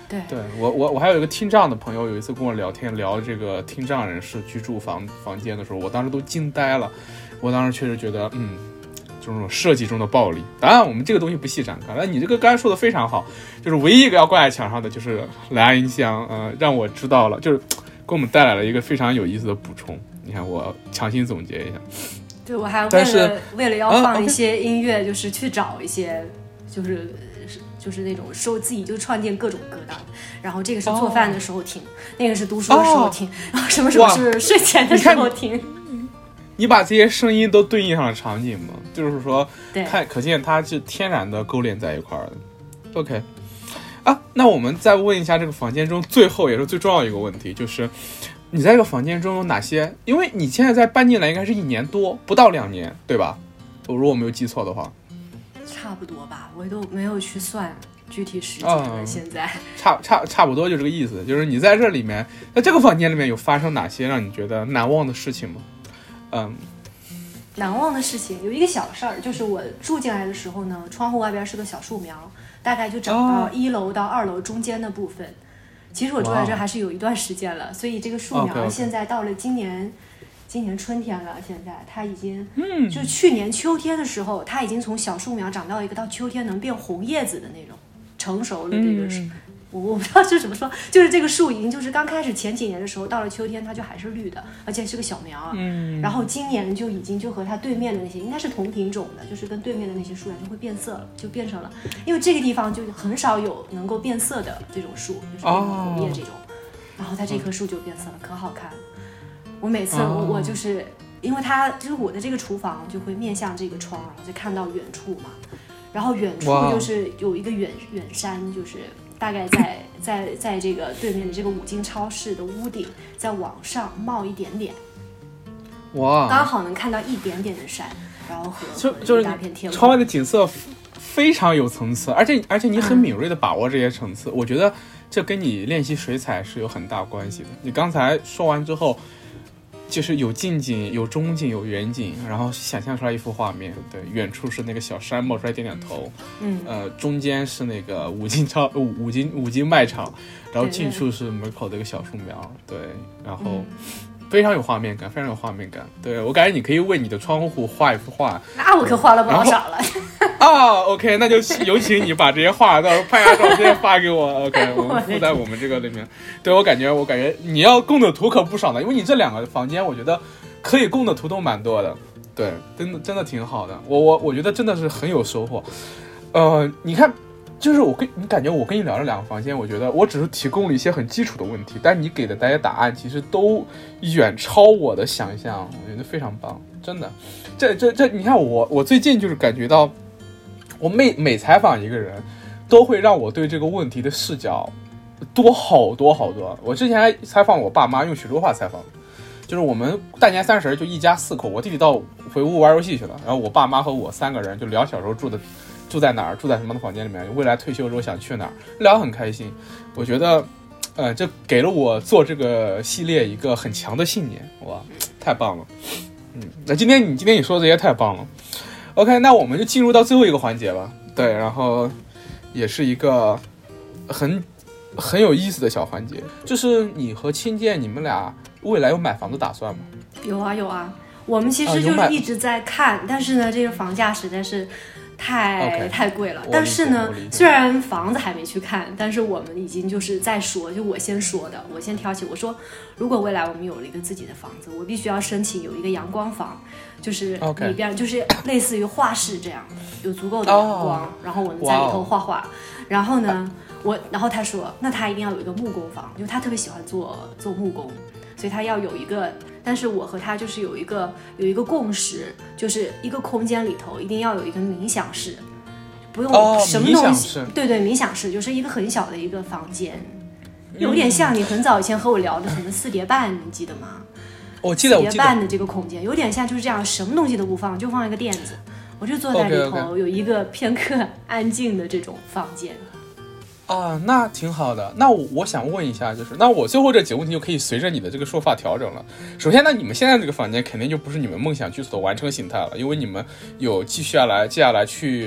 对， 对我我我还有一个听障的朋友，有一次跟我聊天聊这个听障人士居住房房间的时候，我当时都惊呆了。我当时确实觉得，嗯，这种设计中的暴力。当然，我们这个东西不细展开。但你这个刚才说的非常好，就是唯一一个要挂在墙上的就是蓝牙音箱，呃，让我知道了，就是给我们带来了一个非常有意思的补充。你看，我强行总结一下。 对，我还为了为了要放一些音乐，啊、就是去找一些，就是就是那种收自己就创建各种歌单，然后这个是做饭的时候听，哦、那个是读书的时候听，哦、然后什么什么是睡前的时候听。 你把这些声音都对应上了场景嘛？就是说，看可见它是天然的勾连在一块儿的。OK， 啊，那我们再问一下这个房间中最后也是最重要的一个问题，就是你在这个房间中有哪些？因为你现在在搬进来应该是一年多，不到两年，对吧？我如果没有记错的话， 差不多吧，我都没有去算具体时间了。嗯、现在差差差不多就这个意思，就是你在这里面，在这个房间里面有发生哪些让你觉得难忘的事情吗？嗯， 难忘的事情有一个小事儿，就是我住进来的时候呢，窗户外边是个小树苗，大概就长到一楼到二楼中间的部分。哦、其实我住在这还是有一段时间了，所以这个树苗现在到了今年， okay, okay. 今年春天了，现在它已经，嗯，就去年秋天的时候，它已经从小树苗长到一个到秋天能变红叶子的那种成熟了这个。嗯我我不知道是怎么说，就是这个树已经就是刚开始前几年的时候，到了秋天它就还是绿的，而且是个小苗。嗯，然后今年就已经就和它对面的那些应该是同品种的，就是跟对面的那些树就会变色了，就变成了，因为这个地方就很少有能够变色的这种树，就是红叶这种，哦、然后它这棵树就变色了，可好看了。我每次我我就是因为它就是我的这个厨房就会面向这个窗，然后就看到远处嘛，然后远处就是有一个远远山，就是。大概在在在这个对面的这个五金超市的屋顶，再往上冒一点点， 哇， 刚好能看到一点点的山，然后和就就是一大片天空， 窗外的景色非常有层次，而且而且你很敏锐的把握这些层次，嗯、我觉得这跟你练习水彩是有很大关系的。你刚才说完之后，就是有近景、有中景、有远景，然后想象出来一幅画面。对，远处是那个小山冒出来点点头，嗯，呃，中间是那个五金超五金五金卖场，然后近处是门口的一个小树苗，对，然后。嗯非常有画面感，非常有画面感。对，我感觉你可以为你的窗户画一幅画， 那我可画了不少了。 啊 ，OK， 那就有请你把这些画到时候拍下照片发给我 ，OK， 我们附在我们这个里面。对，我感觉，我感觉你要供的图可不少呢，因为你这两个房间，我觉得可以供的图都蛮多的。对，真的真的挺好的，我我我觉得真的是很有收获。呃，你看。就是我跟你感觉，我跟你聊了两个房间，我觉得我只是提供了一些很基础的问题，但你给的大家答案其实都远超我的想象，我觉得非常棒，真的。这这这，你看我我最近就是感觉到，我每每采访一个人，都会让我对这个问题的视角多好多好多。我之前还采访我爸妈，用徐州话采访，就是我们大年三十就一家四口，我弟弟到回屋玩游戏去了，然后我爸妈和我三个人就聊小时候住的。住在哪儿？住在什么的房间里面？未来退休之后想去哪儿？聊很开心。我觉得，呃，这给了我做这个系列一个很强的信念。哇，太棒了！嗯，那今天你今天你说的这些太棒了。OK， 那我们就进入到最后一个环节吧。对，然后也是一个很很有意思的小环节，就是你和青剑，你们俩未来有买房的打算吗？ 有啊，有啊。我们其实就是一直在看，啊、但是呢，这个房价实在是。太、okay, 太贵了，但是呢，虽然房子还没去看，但是我们已经就是在说，就我先说的，我先挑起，我说，如果未来我们有了一个自己的房子，我必须要申请有一个阳光房，就是里边、okay. 就是类似于画室这样的，有足够的阳光， oh, 然后我们在里头画画， wow. 然后呢，我，然后他说，那他一定要有一个木工房，因为他特别喜欢做做木工，所以他要有一个。但是我和他就是有一个有一个共识，就是一个空间里头一定要有一个冥想室，不用什么东西。哦、对对，冥想室就是一个很小的一个房间，有点像你很早以前和我聊的什么四叠半，你记得吗？ 我记得， 四叠半的这个空间有点像就是这样，什么东西都不放，就放一个垫子，我就坐在里头， okay, okay. 有一个片刻安静的这种房间。 啊，那挺好的。那 我, 我想问一下，就是那我最后这几个问题就可以随着你的这个说法调整了。首先，那你们现在这个房间肯定就不是你们梦想剧组的完成形态了，因为你们有继续下来接下来去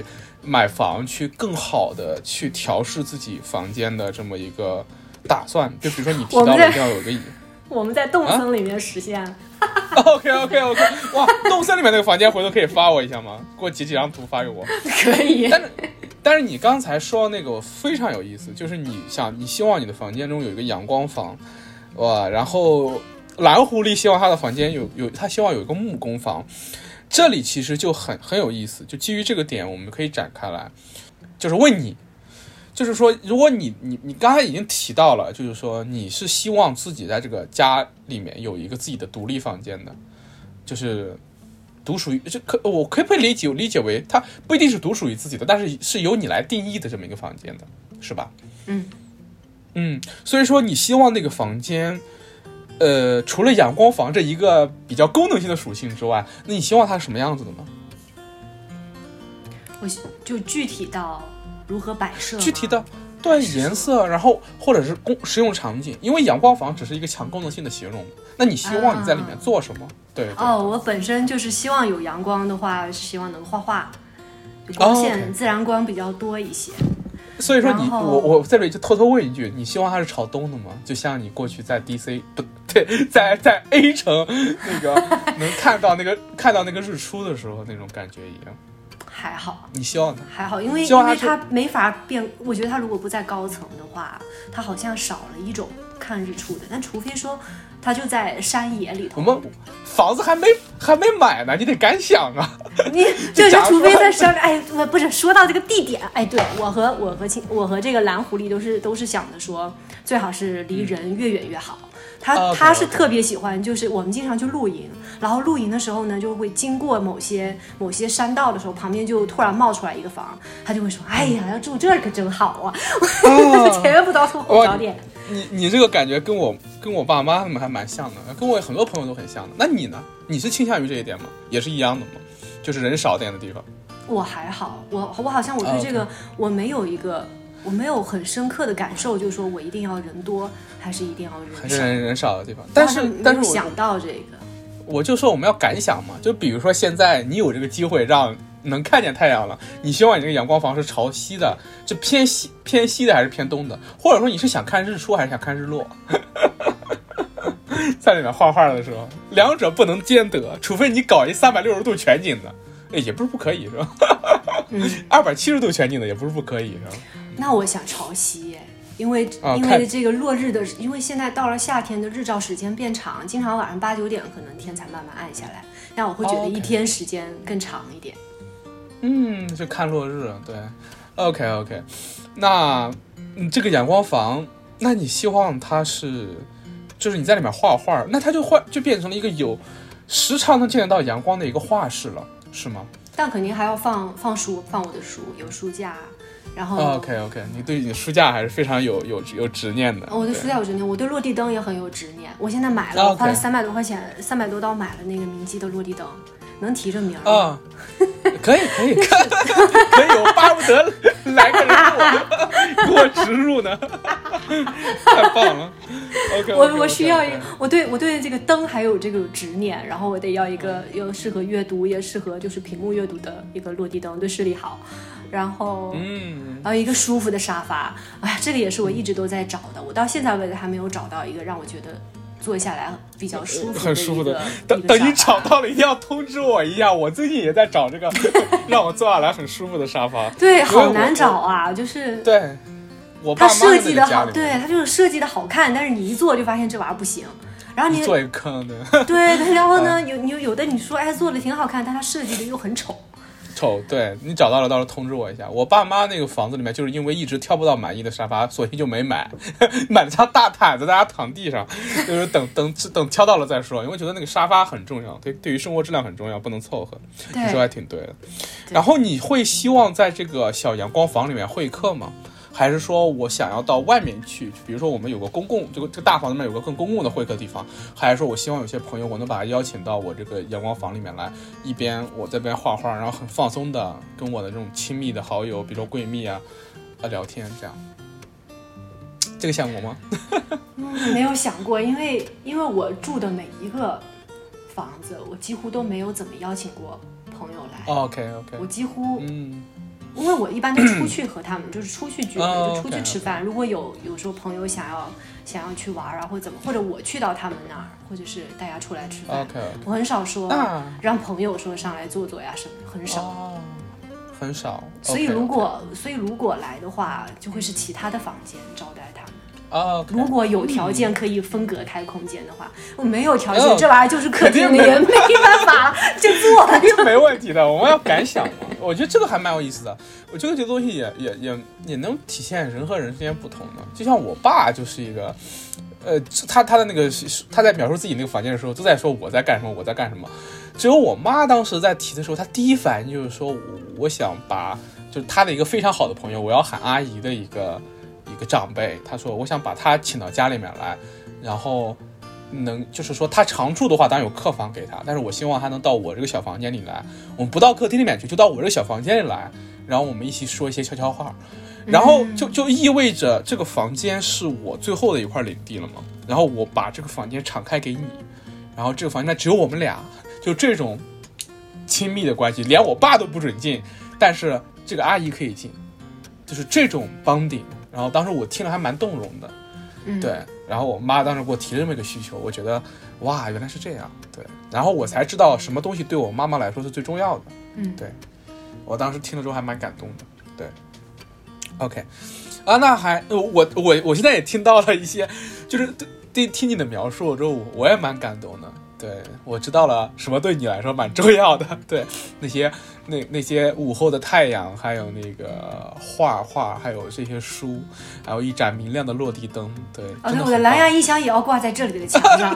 买房去更好的去调试自己房间的这么一个打算？就比如说你提到了一定要有个我们在动森里面实现。啊、 OK OK OK， 哇，动森里面那个房间回头可以发我一下吗？给我截几张图发给我。 可以。 但是但是你刚才说那个非常有意思，就是你想你希望你的房间中有一个阳光房，哇，然后蓝狐狸希望他的房间有有他希望有一个木工房。这里其实就很很有意思，就基于这个点我们可以展开来，就是问你，就是说如果你你你刚才已经提到了，就是说你是希望自己在这个家里面有一个自己的独立房间的，就是独属于这可我可不可以理解理解为它不一定是独属于自己的，但是是由你来定义的这么一个房间的，是吧？ 嗯嗯，所以说你希望那个房间呃，除了阳光房这一个比较功能性的属性之外，那你希望它是什么样子的呢？ 我就具体到如何摆设， 具体的对颜色，然后或者是公实用场景，因为阳光房只是一个强功能性的形容，那你希望你在里面做什么？啊、对, 对哦，我本身就是希望有阳光的话，希望能画画，光线、哦 okay. 自然光比较多一些。 所以说你我我在这里就偷偷问一句，你希望它是朝东的吗？就像你过去在 D C 不对，在在 A 城那个能看到那个看到那个日出的时候那种感觉一样。 还好， 你希望它还好，因为因为它没法变。我觉得它如果不在高层的话，它好像少了一种看日出的。但除非说它就在山野里头， 我们房子还没还没买呢，你得敢想啊！ 你就是除非在山，哎，不是说到这个地点，哎，对我和我和我和这个蓝狐狸都是都是想着说，最好是离人越远越好。他 okay, 他是特别喜欢，就是我们经常去露营，然后露营的时候呢，就会经过某些某些山道的时候，旁边就突然冒出来一个房，他就会说：“哎呀，要住这儿可真好啊！”哦、前面不着村后着店。 你你这个感觉跟我跟我爸妈他们还蛮像的，跟我很多朋友都很像的。那你呢？你是倾向于这一点吗？也是一样的吗？就是人少点的地方。 我还好，我我好像我对这个、oh, okay. 我没有一个。我没有很深刻的感受，就是说我一定要人多，还是一定要人少？ 还是人人少的地方。但是，但是没有想到这个， 我就说我们要敢想嘛。就比如说现在你有这个机会让能看见太阳了，你希望你这个阳光房是朝西的，就偏西偏西的还是偏东的？或者说你是想看日出还是想看日落？在里面画画的时候，两者不能兼得，除非你搞一三百六十度全景的，也不是不可以，是吧？二百七十度全景的也不是不可以，是吧？ 那我想朝西，因为、 哦、 因为这个落日的，因为现在到了夏天的日照时间变长，经常晚上八九点可能天才慢慢暗下来，那我会觉得一天时间更长一点。 嗯，就看落日，对。OK OK， 那嗯这个阳光房，那你希望它是，就是你在里面画画，那它就画就变成了一个有时常能见得到阳光的一个画室了，是吗？ 但肯定还要放放书，放我的书，有书架。然后、 oh, OK OK， 你对你书架还是非常有有有执念的。 我对书架有执念，我对落地灯也很有执念。我现在买了， okay. 我花了三百多块钱，三百多刀买了那个明基的落地灯，能提着名吗？ 啊、oh, ，可以可以可以，可以，我巴不得来个人给我植入呢，太棒了。OK， 我我需要一个，我对我对这个灯还有这个执念，然后我得要一个又适合阅读也适合就是屏幕阅读的一个落地灯，对视力好。然后，嗯，然后一个舒服的沙发，哎，这个也是我一直都在找的，我到现在为止还没有找到一个让我觉得坐下来比较舒服的、 很舒服的。等等你找到了，一定要通知我一下，我最近也在找这个让我坐下来很舒服的沙发。 对，好难找啊，就是对，我爸妈它设计的好，对，它就是设计的好看，但是你一坐就发现这玩意儿不行。然后你做一个坑的， 对，然后呢，有有有的你说哎做的挺好看，但它设计的又很丑。 丑，对，你找到了，到时候通知我一下。我爸妈那个房子里面，就是因为一直挑不到满意的沙发，所以就没买，买了张大毯子，大家躺地上，就是等等等挑到了再说。因为觉得那个沙发很重要，对，对于生活质量很重要，不能凑合。你说还挺对的。然后你会希望在这个小阳光房里面会客吗？还是说我想要到外面去，比如说我们有个公共这个这个大房子里面有个更公共的会客地方，还是说我希望有些朋友我能把他邀请到我这个阳光房里面来，一边我这边画画，然后很放松的跟我的这种亲密的好友，比如说闺蜜啊啊聊天这样。这个想过吗？ 嗯，没有想过，因为因为我住的每一个房子，我几乎都没有怎么邀请过朋友来。 哦、OK OK， 我几乎嗯。 因为我一般都出去和他们，就是出去聚会， 哦就出去吃饭。如果有有时候朋友想要想要去玩啊，或者怎么，或者我去到他们那儿，或者是大家出来吃饭， OK， 我很少说那让朋友说上来坐坐呀什么的，很少。 哦，很少。 所以 OK， 如果所以如果来的话，就会是其他的房间招待他们。 哦，okay， 如果有条件可以分隔开空间的话，我没有条件， 哦这玩意儿就是客厅里也没办法就坐了， 肯定没问题的。我们要敢想嘛，我觉得这个还蛮有意思的。我觉得这个东西也也也也能体现人和人之间不同的。就像我爸就是一个，呃，他他的那个他在描述自己那个房间的时候，都在说我在干什么，我在干什么。只有我妈当时在提的时候，她第一反应就是说，我想把就是她的一个非常好的朋友，我要喊阿姨的一个。一个长辈，他说我想把他请到家里面来，然后能就是说他常住的话当然有客房给他，但是我希望他能到我这个小房间里来，我们不到客厅里面去，就到我这个小房间里来，然后我们一起说一些悄悄话，然后就就意味着这个房间是我最后的一块领地了嘛，然后我把这个房间敞开给你，然后这个房间只有我们俩，就这种亲密的关系，连我爸都不准进，但是这个阿姨可以进，就是这种bonding。然后当时我听了还蛮动容的， 嗯、 对。然后我妈当时给我提了这么一个需求，我觉得哇，原来是这样，对。然后我才知道什么东西对我妈妈来说是最重要的， 嗯， 对。我当时听了之后还蛮感动的，对。OK， 啊，那还我我我现在也听到了一些，就是对对听你的描述之后，我我也蛮感动的。对，我知道了什么对你来说蛮重要的。对，那些那那些午后的太阳，还有那个画画，还有这些书，还有一盏明亮的落地灯。对， 哦，对，我的蓝牙音响也要挂在这里的墙上。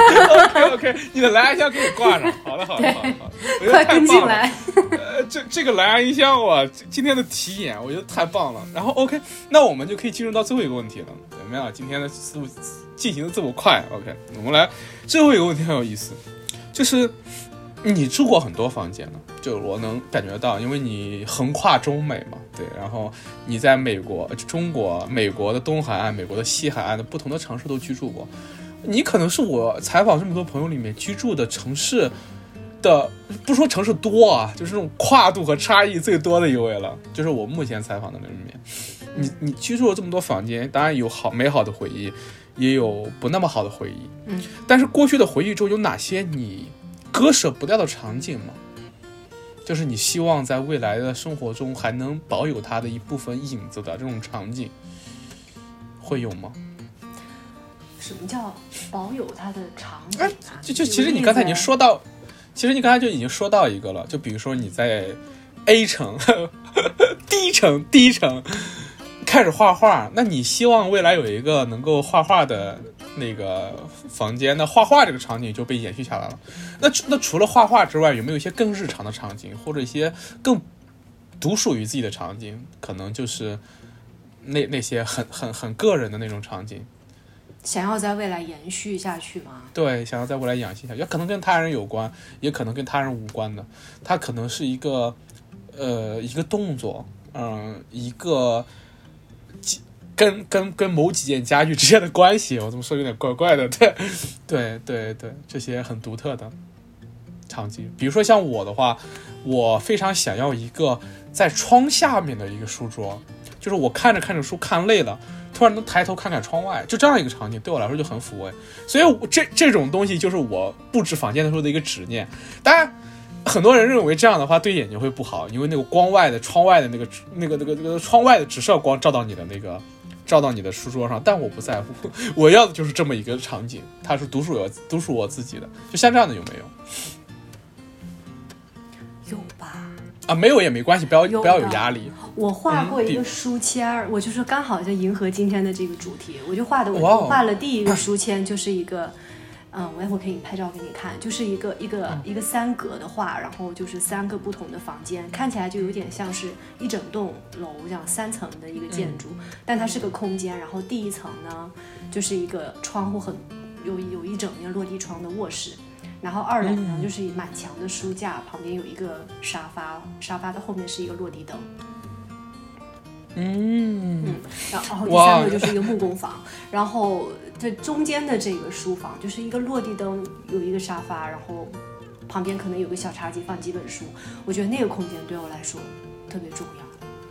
OK OK， 你的蓝牙音响可以挂上。好了好了好了好了， 快跟进来。 呃，这这个蓝牙音箱我今天的题眼我觉得太棒了。然后 OK， 那我们就可以进入到最后一个问题了。怎么样？今天的思路进行的这么快 ？OK， 我们来最后一个问题很有意思，就是你住过很多房间了，就我能感觉到，因为你横跨中美嘛，对，然后你在美国、中国、美国的东海岸、美国的西海岸的不同的城市都居住过，你可能是我采访这么多朋友里面居住的城市的，不说城市多啊，就是这种跨度和差异最多的一位了，就是我目前采访的人里面，你你居住了这么多房间，当然有好美好的回忆，也有不那么好的回忆， 嗯， 但是过去的回忆中有哪些你割舍不掉的场景吗？就是你希望在未来的生活中还能保有它的一部分影子的这种场景，会有吗？ 什么叫保有它的场景啊？ 哎、就就其实你刚才已经说到，其实你刚才就已经说到一个了，就比如说你在 A 城、D 城、D 城开始画画，那你希望未来有一个能够画画的那个房间，那画画这个场景就被延续下来了。那那除了画画之外，有没有一些更日常的场景，或者一些更独属于自己的场景？可能就是那那些很很很个人的那种场景。 想要在未来延续下去吗？ 对，想要在未来延续下去，也可能跟他人有关，也可能跟他人无关的。它可能是一个呃一个动作，嗯，一个跟跟跟某几件家具之间的关系，我这么说有点怪怪的，对对对对，这些很独特的场景。比如说像我的话，我非常想要一个在窗下面的一个书桌，就是我看着看着书看累了，突然能抬头看看窗外，就这样一个场景对我来说就很抚慰。所以我这这种东西就是我布置房间的时候的一个执念。当然很多人认为这样的话对眼睛会不好，因为那个光外的窗外的那个那个那个那个窗外的直射光照到你的那个照到你的书桌上，但我不在乎，我要的就是这么一个场景，它是独属我独属我自己的。就像这样的有没有？ 有吧？ 啊，没有也没关系，不要不要有压力。 我画过一个书签、嗯、我就是刚好在迎合今天的这个主题，我就画的我画了第一个书签，就是一个。嗯，我我可以拍照给你看，就是一个一个、嗯、一个三格的画，然后就是三个不同的房间，看起来就有点像是一整栋楼这样三层的一个建筑、嗯，但它是个空间。然后第一层呢，就是一个窗户很有有一整面落地窗的卧室，然后二楼呢、嗯、就是满墙的书架，旁边有一个沙发，沙发的后面是一个落地灯。 嗯嗯，然后第三个就是一个木工房，然后这中间的这个书房就是一个落地灯，有一个沙发，然后旁边可能有个小茶几放几本书。我觉得那个空间对我来说特别重要。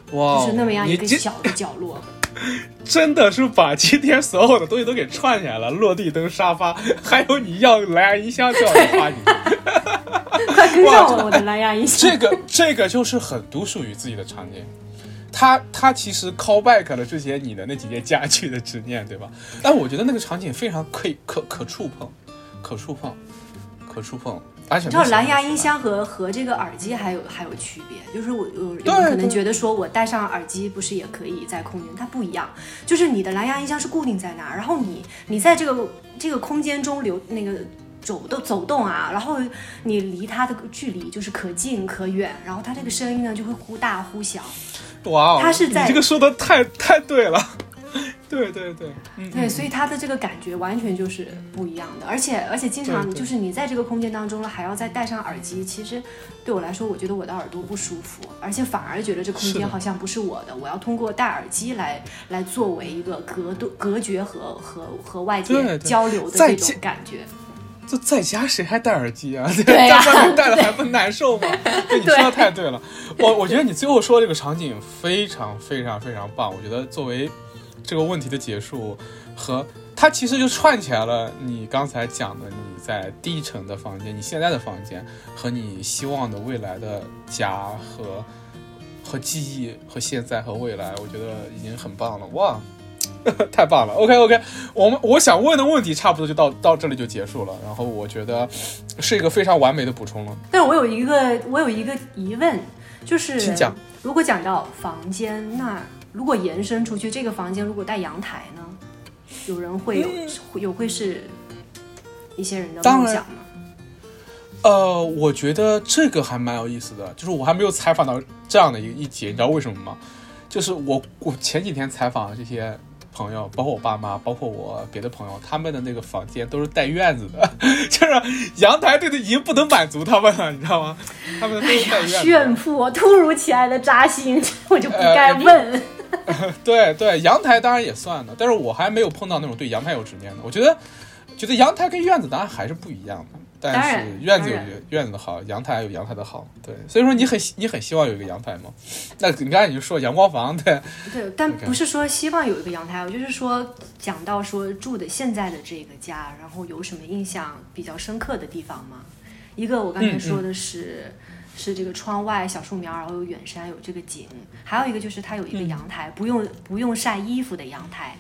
哇， 就是那么样一个小的角落。 真的是把今天所有的东西都给串起来了，落地灯、沙发，还有你要蓝牙音箱就要插进去。 快跟上我，我的蓝牙音箱。 这个这个就是很独属于自己的场景。它它其实 call back 了之前你的那几件家具的执念，对吧？但我觉得那个场景非常可以可可触碰，可触碰，可触碰。而且你知道蓝牙音箱和和这个耳机还有还有区别，就是我有有人可能觉得说我戴上耳机不是也可以在空间，它不一样，就是你的蓝牙音箱是固定在那儿，然后你你在这个这个空间中流那个走动走动啊，然后你离它的距离就是可近可远，然后它这个声音呢就会忽大忽小。 哇哦， 它是在你这个说的太太对了。对对对，嗯、 对，所以它的这个感觉完全就是不一样的，而且而且经常就是你在这个空间当中了，还要再戴上耳机，其实对我来说，我觉得我的耳朵不舒服，而且反而觉得这空间好像不是我的，我要通过戴耳机来来作为一个隔隔绝和和和外界交流的这种感觉。 这在家谁还戴耳机啊？ 对呀、啊， 在外面戴了还不难受吗？对，你说的太对了。我我觉得你最后说这个场景非常非常非常棒。我觉得作为这个问题的结束，和它其实就串起来了你刚才讲的你在第一层的房间，你现在的房间和你希望的未来的家和和记忆和现在和未来，我觉得已经很棒了。哇！太棒了 ，OK OK， 我们我想问的问题差不多就到到这里就结束了，然后我觉得是一个非常完美的补充了。 但是我有一个我有一个疑问，就是请讲， 如果讲到房间，那如果延伸出去，这个房间如果带阳台呢？有人会有、嗯、有会是一些人的梦想吗？ 呃，我觉得这个还蛮有意思的，就是我还没有采访到这样的一一节，你知道为什么吗？就是我我前几天采访这些朋友，包括我爸妈，包括我别的朋友，他们的那个房间都是带院子的，就是阳台这个已经不能满足他们了，你知道吗？他们都是带院子的。 炫富，我突如其来的扎心，我就不该问。 呃、对对，阳台当然也算的，但是我还没有碰到那种对阳台有执念的。我觉得，觉得阳台跟院子当然还是不一样的。但是院子有院子的好，阳台有阳台的好，对，所以说你很你很希望有一个阳台吗？那你刚才你就说阳光房，对， 对，但不是说希望有一个阳台，我就是说讲到说住的现在的这个家，然后有什么印象比较深刻的地方吗？一个我刚才说的是、嗯嗯、是这个窗外小树苗，然后有远山有这个景，还有一个就是它有一个阳台，嗯、不用不用晒衣服的阳台，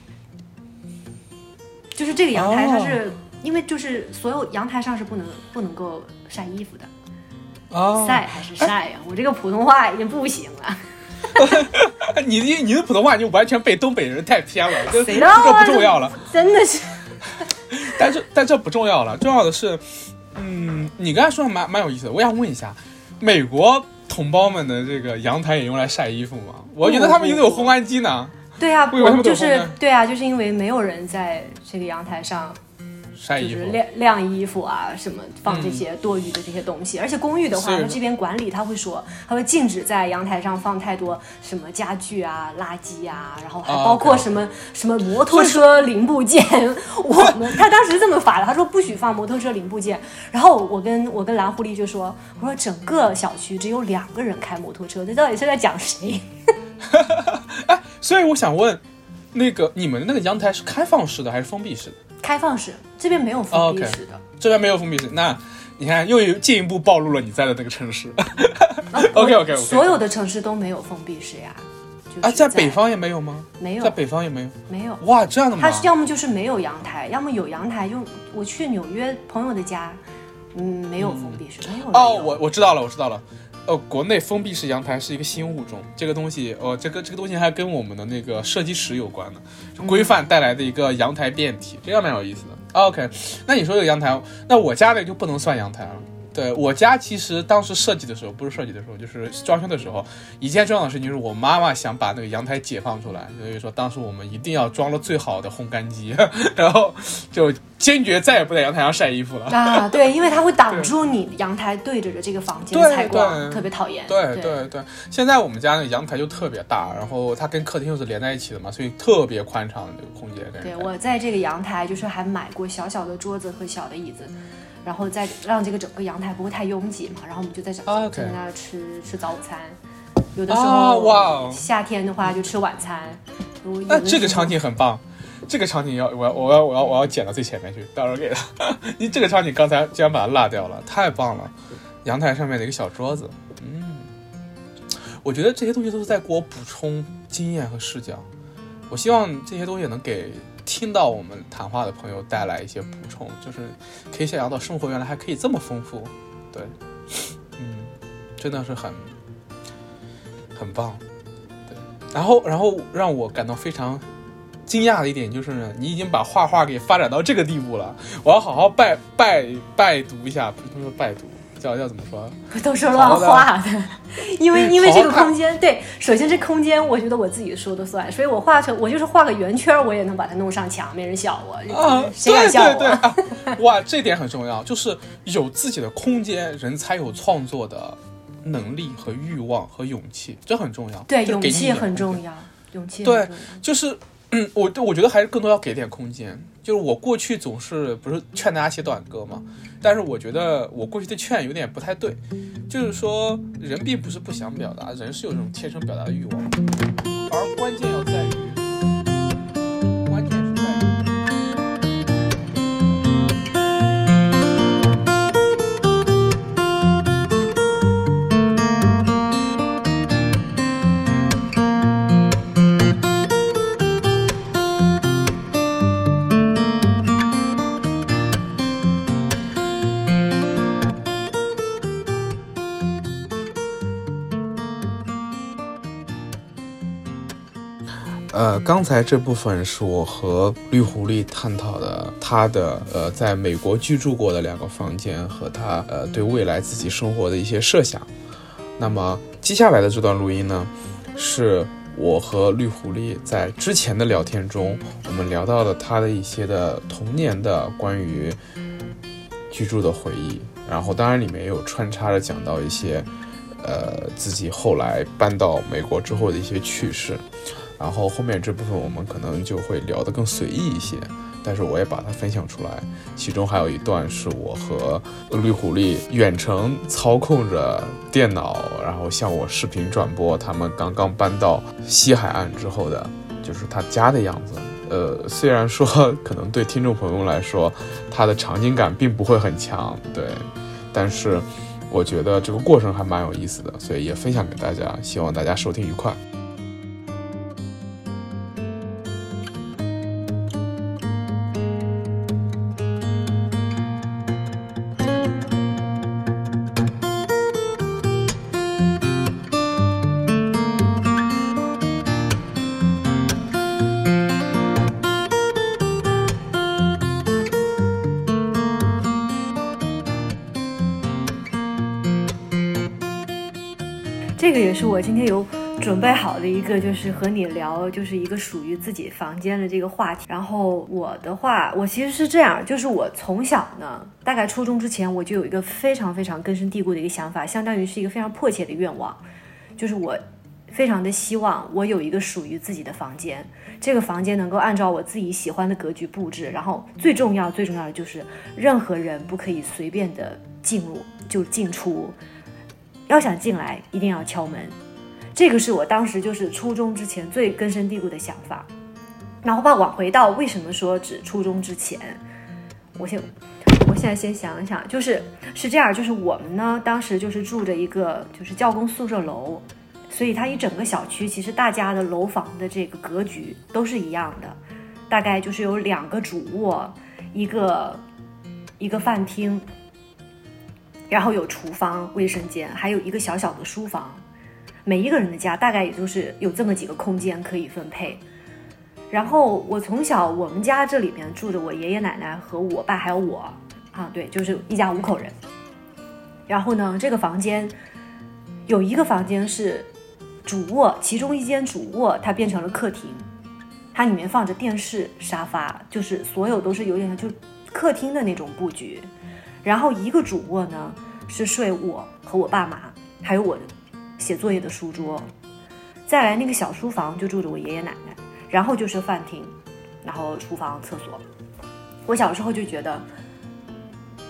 就是这个阳台它是。哦，因为就是所有阳台上是不能不能够晒衣服的，哦，晒还是晒呀、啊？我这个普通话已经不行了。 你的你的普通话已经完全被东北人带偏了，这谁知道啊？ 这个不重要了， 真的是。 但这但这不重要了，重要的是，嗯，你刚才说的蛮蛮有意思的。我想问一下，美国同胞们的这个阳台也用来晒衣服吗？我觉得他们应该有烘干机呢。 对啊，就是对啊，就是因为没有人在这个阳台上。就是晾晾衣服啊，什么放这些多余的这些东西、嗯、而且公寓的话，它这边管理他会说，他会禁止在阳台上放太多什么家具啊、垃圾啊，然后还包括什么、oh, okay. 什么摩托车零部件。我们他当时是这么罚的，他说不许放摩托车零部件。然后我跟我跟蓝狐狸就说，我说整个小区只有两个人开摩托车，这到底是在讲谁？ 哎，所以我想问，那个你们那个阳台是开放式的还是封闭式的？ 开放式，这边没有封闭式的。Oh, okay. 这边没有封闭式，那你看又进一步暴露了你在的那个城市。OK OK OK， 所有的城市都没有封闭式呀。就是、 啊，在北方也没有吗？ 没有， 在北方也没有。 没有。 哇，这样的吗？ 它要么就是没有阳台，要么有阳台。就我去纽约朋友的家，嗯，没有封闭式，嗯、没有。 哦，我我知道了，我知道了。呃，国内封闭式阳台是一个新物种，这个东西，呃，这个这个东西还跟我们的那个设计史有关的，就规范带来的一个阳台变体，嗯、这样蛮有意思的。OK， 那你说这个阳台，那我家那就不能算阳台了。对，我家其实当时设计的时候，不是设计的时候，就是装修的时候，一件重要的事情就是我妈妈想把那个阳台解放出来，所以说当时我们一定要装了最好的烘干机，然后就坚决再也不在阳台上晒衣服了。 啊，对，因为它会挡住你阳台对着这个房间采光，特别讨厌。 对对 对, 对，现在我们家那个阳台就特别大，然后它跟客厅又是连在一起的嘛，所以特别宽敞的这个空间。 对，我在这个阳台就是还买过小小的桌子和小的椅子。然后再让这个整个阳台不会太拥挤嘛，然后我们就在小、oh, okay. 在那吃吃早午餐。 有的时候、 啊、哇， 夏天的话就吃晚餐。 那这个场景很棒，这个场景要我要我要我要我要剪到最前面去，到时候给他。你这个场景刚才竟然把它落掉了，太棒了！阳台上面的一个小桌子，嗯，我觉得这些东西都是在给我补充经验和视角。我希望这些东西能给听到我们谈话的朋友带来一些补充，就是可以想象到生活原来还可以这么丰富，对，嗯，真的是很很棒，对。然后，然后让我感到非常惊讶的一点就是呢，你已经把画画给发展到这个地步了，我要好好拜拜拜读一下，不是说拜读。叫叫怎么说？ 都是乱画的，因为因为这个空间，对，首先这空间我觉得我自己说的算，所以我画成我就是画个圆圈，我也能把它弄上墙，没人笑我，啊、谁敢笑我？ 对对对、啊，哇，这点很重要，就是有自己的空间，人才有创作的能力和欲望和勇气，这很重要。 对，勇气很重要，勇气很重要。对，就是嗯，我我觉得还是更多要给点空间。就是我过去总是不是劝大家写短歌嘛，但是我觉得我过去的劝有点不太对，就是说人并不是不想表达，人是有这种天生表达的欲望，而关键要在于。呃，刚才这部分是我和绿狐狸探讨的他的呃在美国居住过的两个房间和他呃对未来自己生活的一些设想。那么接下来的这段录音呢，是我和绿狐狸在之前的聊天中，我们聊到了他的一些的童年的关于居住的回忆，然后当然里面也有穿插着讲到一些呃自己后来搬到美国之后的一些趣事。然后后面这部分我们可能就会聊得更随意一些，但是我也把它分享出来。其中还有一段是我和绿狐狸远程操控着电脑，然后向我视频转播他们刚刚搬到西海岸之后的，就是他家的样子。呃，虽然说可能对听众朋友来说，它的场景感并不会很强，对，但是我觉得这个过程还蛮有意思的，所以也分享给大家，希望大家收听愉快。 这个也是我今天有准备好的一个，就是和你聊，就是一个属于自己房间的这个话题。然后我的话，我其实是这样，就是我从小呢，大概初中之前，我就有一个非常非常根深蒂固的一个想法，相当于是一个非常迫切的愿望，就是我非常的希望我有一个属于自己的房间，这个房间能够按照我自己喜欢的格局布置，然后最重要最重要的就是任何人不可以随便的进入就进出，要想进来一定要敲门。这个是我当时就是初中之前最根深蒂固的想法。然后把往回到为什么说指初中之前，我先我现在先想想，就是是这样，就是我们呢当时就是住着一个就是教工宿舍楼，所以它一整个小区其实大家的楼房的这个格局都是一样的，大概就是有两个主卧，一个一个饭厅，然后有厨房、卫生间，还有一个小小的书房。每一个人的家大概也就是有这么几个空间可以分配。然后我从小我们家这里面住着我爷爷奶奶和我爸还有我啊，对，就是一家五口人。然后呢，这个房间有一个房间是主卧，其中一间主卧它变成了客厅，它里面放着电视、沙发，就是所有都是有点就客厅的那种布局。然后一个主卧呢是睡我和我爸妈，还有我写作业的书桌。再来那个小书房就住着我爷爷奶奶，然后就是饭厅，然后厨房、厕所。我小时候就觉得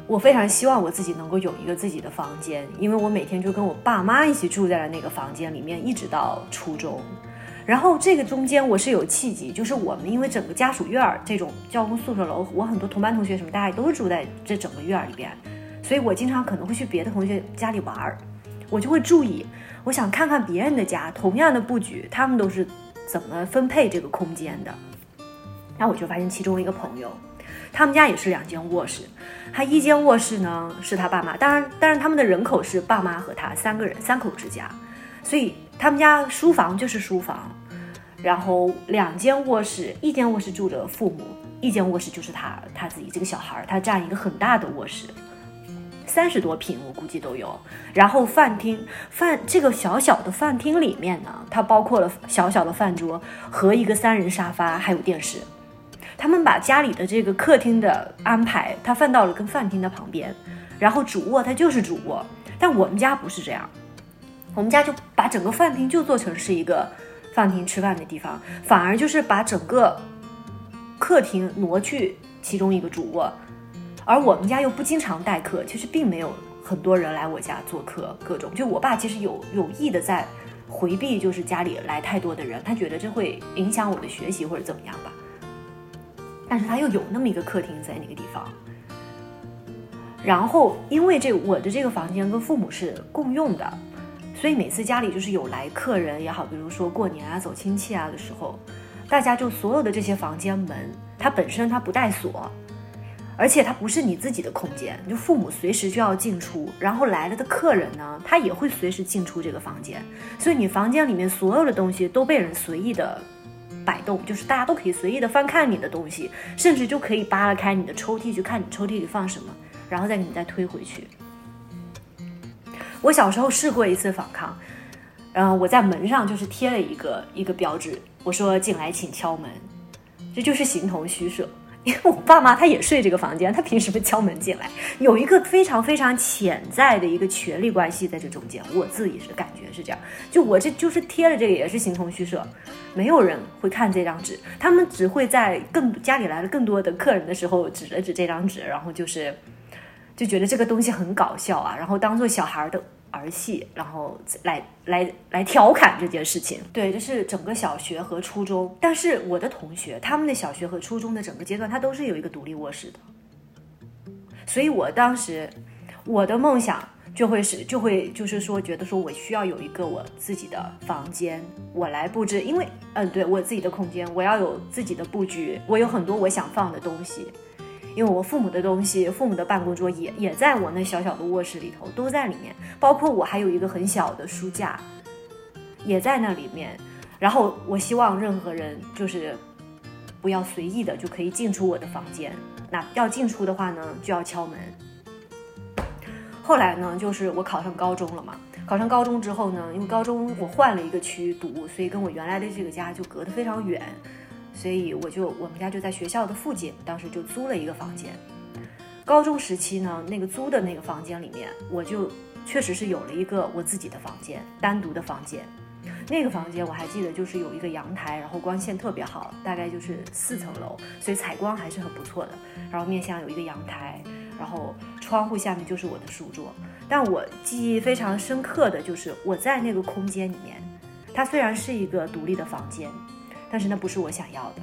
我非常希望我自己能够有一个自己的房间，因为我每天就跟我爸妈一起住在了那个房间里面，一直到初中。然后这个中间我是有契机，就是我们因为整个家属院这种教工宿舍楼，我很多同班同学什么大家都是住在这整个院里边，所以我经常可能会去别的同学家里玩，我就会注意，我想看看别人的家同样的布局他们都是怎么分配这个空间的。然后我就发现其中一个朋友，他们家也是两间卧室，他一间卧室呢是他爸妈，当然当然他们的人口是爸妈和他三个人，三口之家，所以他们家书房就是书房，然后两间卧室，一间卧室住着父母，一间卧室就是他他自己这个小孩，他占一个很大的卧室，三十多平我估计都有。然后饭厅饭这个小小的饭厅里面呢，它包括了小小的饭桌和一个三人沙发，还有电视。他们把家里的这个客厅的安排，他放到了跟饭厅的旁边，然后主卧它就是主卧。但我们家不是这样，我们家就把整个饭厅就做成是一个饭厅吃饭的地方，反而就是把整个客厅挪去其中一个主卧。而我们家又不经常待客，其实并没有很多人来我家做客，各种就我爸其实有有意的在回避，就是家里来太多的人，他觉得这会影响我的学习或者怎么样吧。但是他又有那么一个客厅在那个地方，然后因为这我的这个房间跟父母是共用的，所以每次家里就是有来客人也好，比如说过年啊走亲戚啊的时候，大家就所有的这些房间门它本身它不带锁，而且它不是你自己的空间，就父母随时就要进出，然后来了的客人呢他也会随时进出这个房间，所以你房间里面所有的东西都被人随意的摆动，就是大家都可以随意的翻看你的东西，甚至就可以扒拉开你的抽屉去看你抽屉里放什么，然后再给你再推回去。我小时候试过一次反抗，然后我在门上就是贴了一个一个标志，我说进来请敲门，这就是形同虚设。因为我爸妈他也睡这个房间，他凭什么敲门进来？有一个非常非常潜在的一个权力关系在这中间，我自己是感觉是这样。就我这就是贴了这个也是形同虚设，没有人会看这张纸，他们只会在更家里来了更多的客人的时候指了指这张纸，然后就是就觉得这个东西很搞笑啊，然后当做小孩的儿戏，然后来来来调侃这件事情。对，这是整个小学和初中，但是我的同学他们的小学和初中的整个阶段，他都是有一个独立卧室的，所以我当时我的梦想就会是就会就是说觉得说我需要有一个我自己的房间，我来布置，因为嗯对我自己的空间，我要有自己的布局，我有很多我想放的东西。因为我父母的东西，父母的办公桌也也在我那小小的卧室里头，都在里面，包括我还有一个很小的书架也在那里面。然后我希望任何人就是不要随意的就可以进出我的房间，那要进出的话呢就要敲门。后来呢就是我考上高中了嘛，考上高中之后呢，因为高中我换了一个区读，所以跟我原来的这个家就隔得非常远，所以我就我们家就在学校的附近，当时就租了一个房间。高中时期呢，那个租的那个房间里面，我就确实是有了一个我自己的房间，单独的房间。那个房间我还记得就是有一个阳台，然后光线特别好，大概就是四层楼，所以采光还是很不错的。然后面向有一个阳台，然后窗户下面就是我的书桌。但我记忆非常深刻的就是我在那个空间里面，它虽然是一个独立的房间，但是那不是我想要的，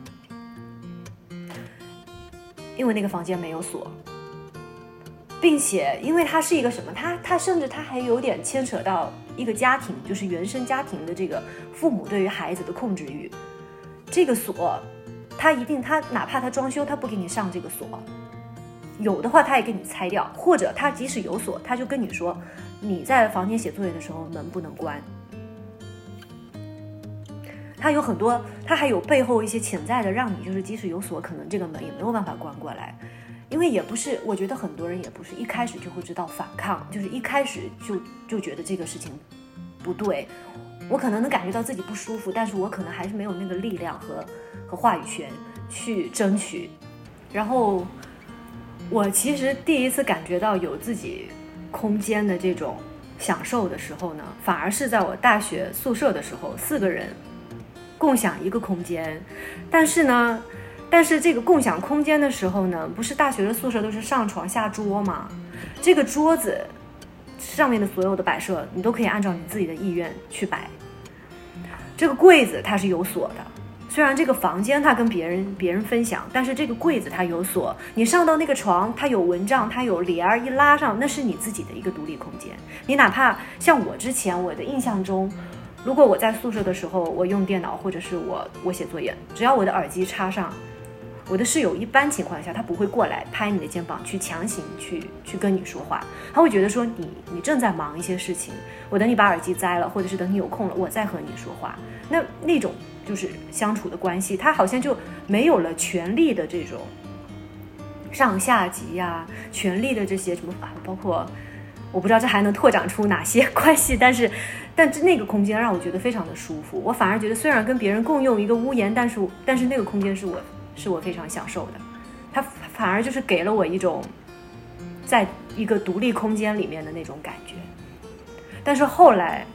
因为那个房间没有锁，并且因为它是一个什么，它它甚至它还有点牵扯到一个家庭，就是原生家庭的这个父母对于孩子的控制欲。这个锁，他一定他哪怕他装修，他不给你上这个锁，有的话他也给你拆掉，或者他即使有锁，他就跟你说你在房间写作业的时候门不能关。它有很多，它还有背后一些潜在的，让你就是即使有锁，可能这个门也没有办法关过来。因为也不是，我觉得很多人也不是一开始就会知道反抗，就是一开始就就觉得这个事情不对。我可能能感觉到自己不舒服，但是我可能还是没有那个力量和和话语权去争取。然后我其实第一次感觉到有自己空间的这种享受的时候呢，反而是在我大学宿舍的时候，四个人共享一个空间，但是呢但是这个共享空间的时候呢，不是大学的宿舍都是上床下桌吗？这个桌子上面的所有的摆设，你都可以按照你自己的意愿去摆。这个柜子它是有锁的，虽然这个房间它跟别人别人分享，但是这个柜子它有锁。你上到那个床，它有蚊帐，它有帘儿，一拉上，那是你自己的一个独立空间。你哪怕像我之前我的印象中，如果我在宿舍的时候，我用电脑或者是我我写作业，只要我的耳机插上，我的室友一般情况下他不会过来拍你的肩膀去强行去去跟你说话，他会觉得说你你正在忙一些事情，我等你把耳机摘了，或者是等你有空了我再和你说话。那那种就是相处的关系，他好像就没有了权力的这种上下级呀、啊，权力的这些什么啊，包括我不知道这还能拓展出哪些关系，但是但是那个空间让我觉得非常的舒服。我反而觉得虽然跟别人共用一个屋檐，但是但是那个空间是我是我非常享受的，它反而就是给了我一种在一个独立空间里面的那种感觉。但是后来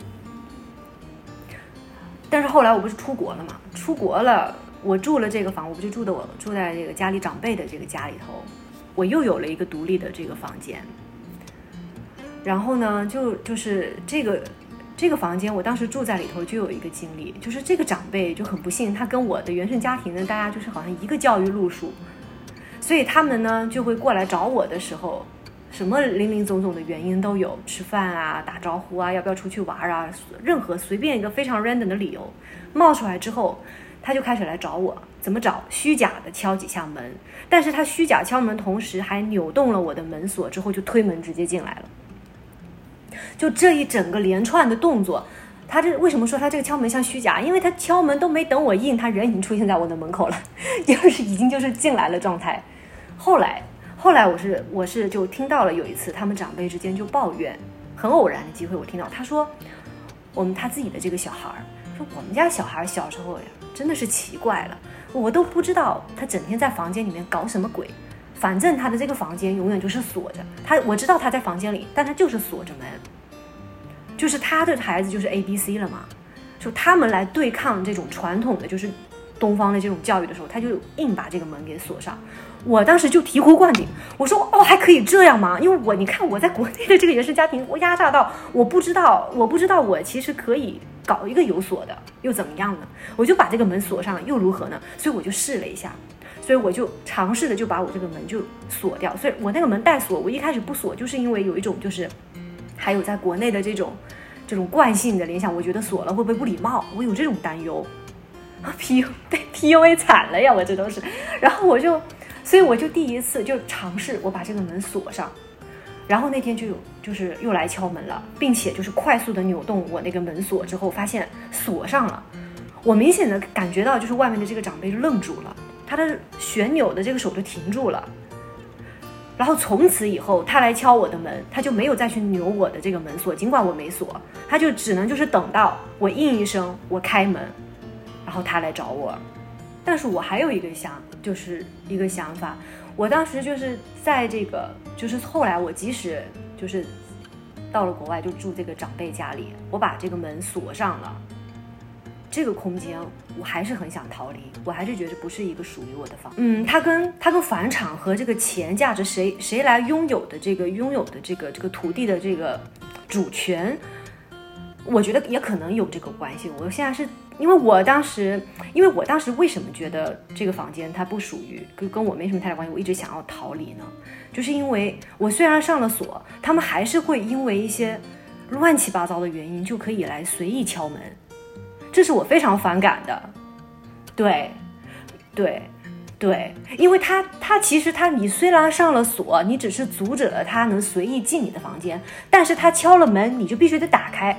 但是后来我不是出国了嘛，出国了我住了这个房，我不就住的我住在这个家里长辈的这个家里头，我又有了一个独立的这个房间。然后呢就就是这个这个房间我当时住在里头就有一个经历，就是这个长辈就很不幸，他跟我的原生家庭呢大家就是好像一个教育路数，所以他们呢就会过来找我的时候，什么零零总总的原因都有，吃饭啊，打招呼啊，要不要出去玩啊，任何随便一个非常 random 的理由冒出来之后，他就开始来找我。怎么找？虚假的敲几下门，但是他虚假敲门同时还扭动了我的门锁，之后就推门直接进来了。就这一整个连串的动作，他这为什么说他这个敲门像虚假？因为他敲门都没等我应，他人已经出现在我的门口了，就是已经就是进来了状态。后来后来我是我是就听到了有一次他们长辈之间就抱怨，很偶然的机会我听到他说，我们他自己的这个小孩说，我们家小孩小时候呀真的是奇怪了，我都不知道他整天在房间里面搞什么鬼，反正他的这个房间永远就是锁着，他我知道他在房间里，但他就是锁着门，就是他的孩子就是 A B C 了嘛，就他们来对抗这种传统的就是东方的这种教育的时候，他就硬把这个门给锁上。我当时就醍醐灌顶，我说哦还可以这样吗？因为我你看我在国内的这个原生家庭，我压榨到我不知道我不知道我其实可以搞一个有锁的，又怎么样呢？我就把这个门锁上了，又如何呢？所以我就试了一下，所以我就尝试的就把我这个门就锁掉。所以我那个门带锁，我一开始不锁，就是因为有一种就是还有在国内的这种这种惯性的联想，我觉得锁了会不会不礼貌，我有这种担忧啊 ，P U 被 P U A 惨了呀，我这都是。然后我就所以我就第一次就尝试我把这个门锁上，然后那天就有就是又来敲门了，并且就是快速的扭动我那个门锁之后，发现锁上了。我明显的感觉到就是外面的这个长辈就愣住了，他的旋钮的这个手就停住了。然后从此以后他来敲我的门，他就没有再去扭我的这个门锁，尽管我没锁，他就只能就是等到我应一声我开门，然后他来找我。但是我还有一个想就是一个想法，我当时就是在这个就是后来我即使就是到了国外就住这个长辈家里，我把这个门锁上了，这个空间我还是很想逃离，我还是觉得不是一个属于我的房。嗯，它跟它跟房产和这个钱价值谁谁来拥有的这个拥有的这个这个土地的这个主权，我觉得也可能有这个关系。我现在是因为我当时因为我当时为什么觉得这个房间它不属于跟跟我没什么太大关系，我一直想要逃离呢？就是因为我虽然上了锁，他们还是会因为一些乱七八糟的原因就可以来随意敲门，这是我非常反感的。对对对，因为他他其实他你虽然上了锁，你只是阻止了他能随意进你的房间，但是他敲了门你就必须得打开，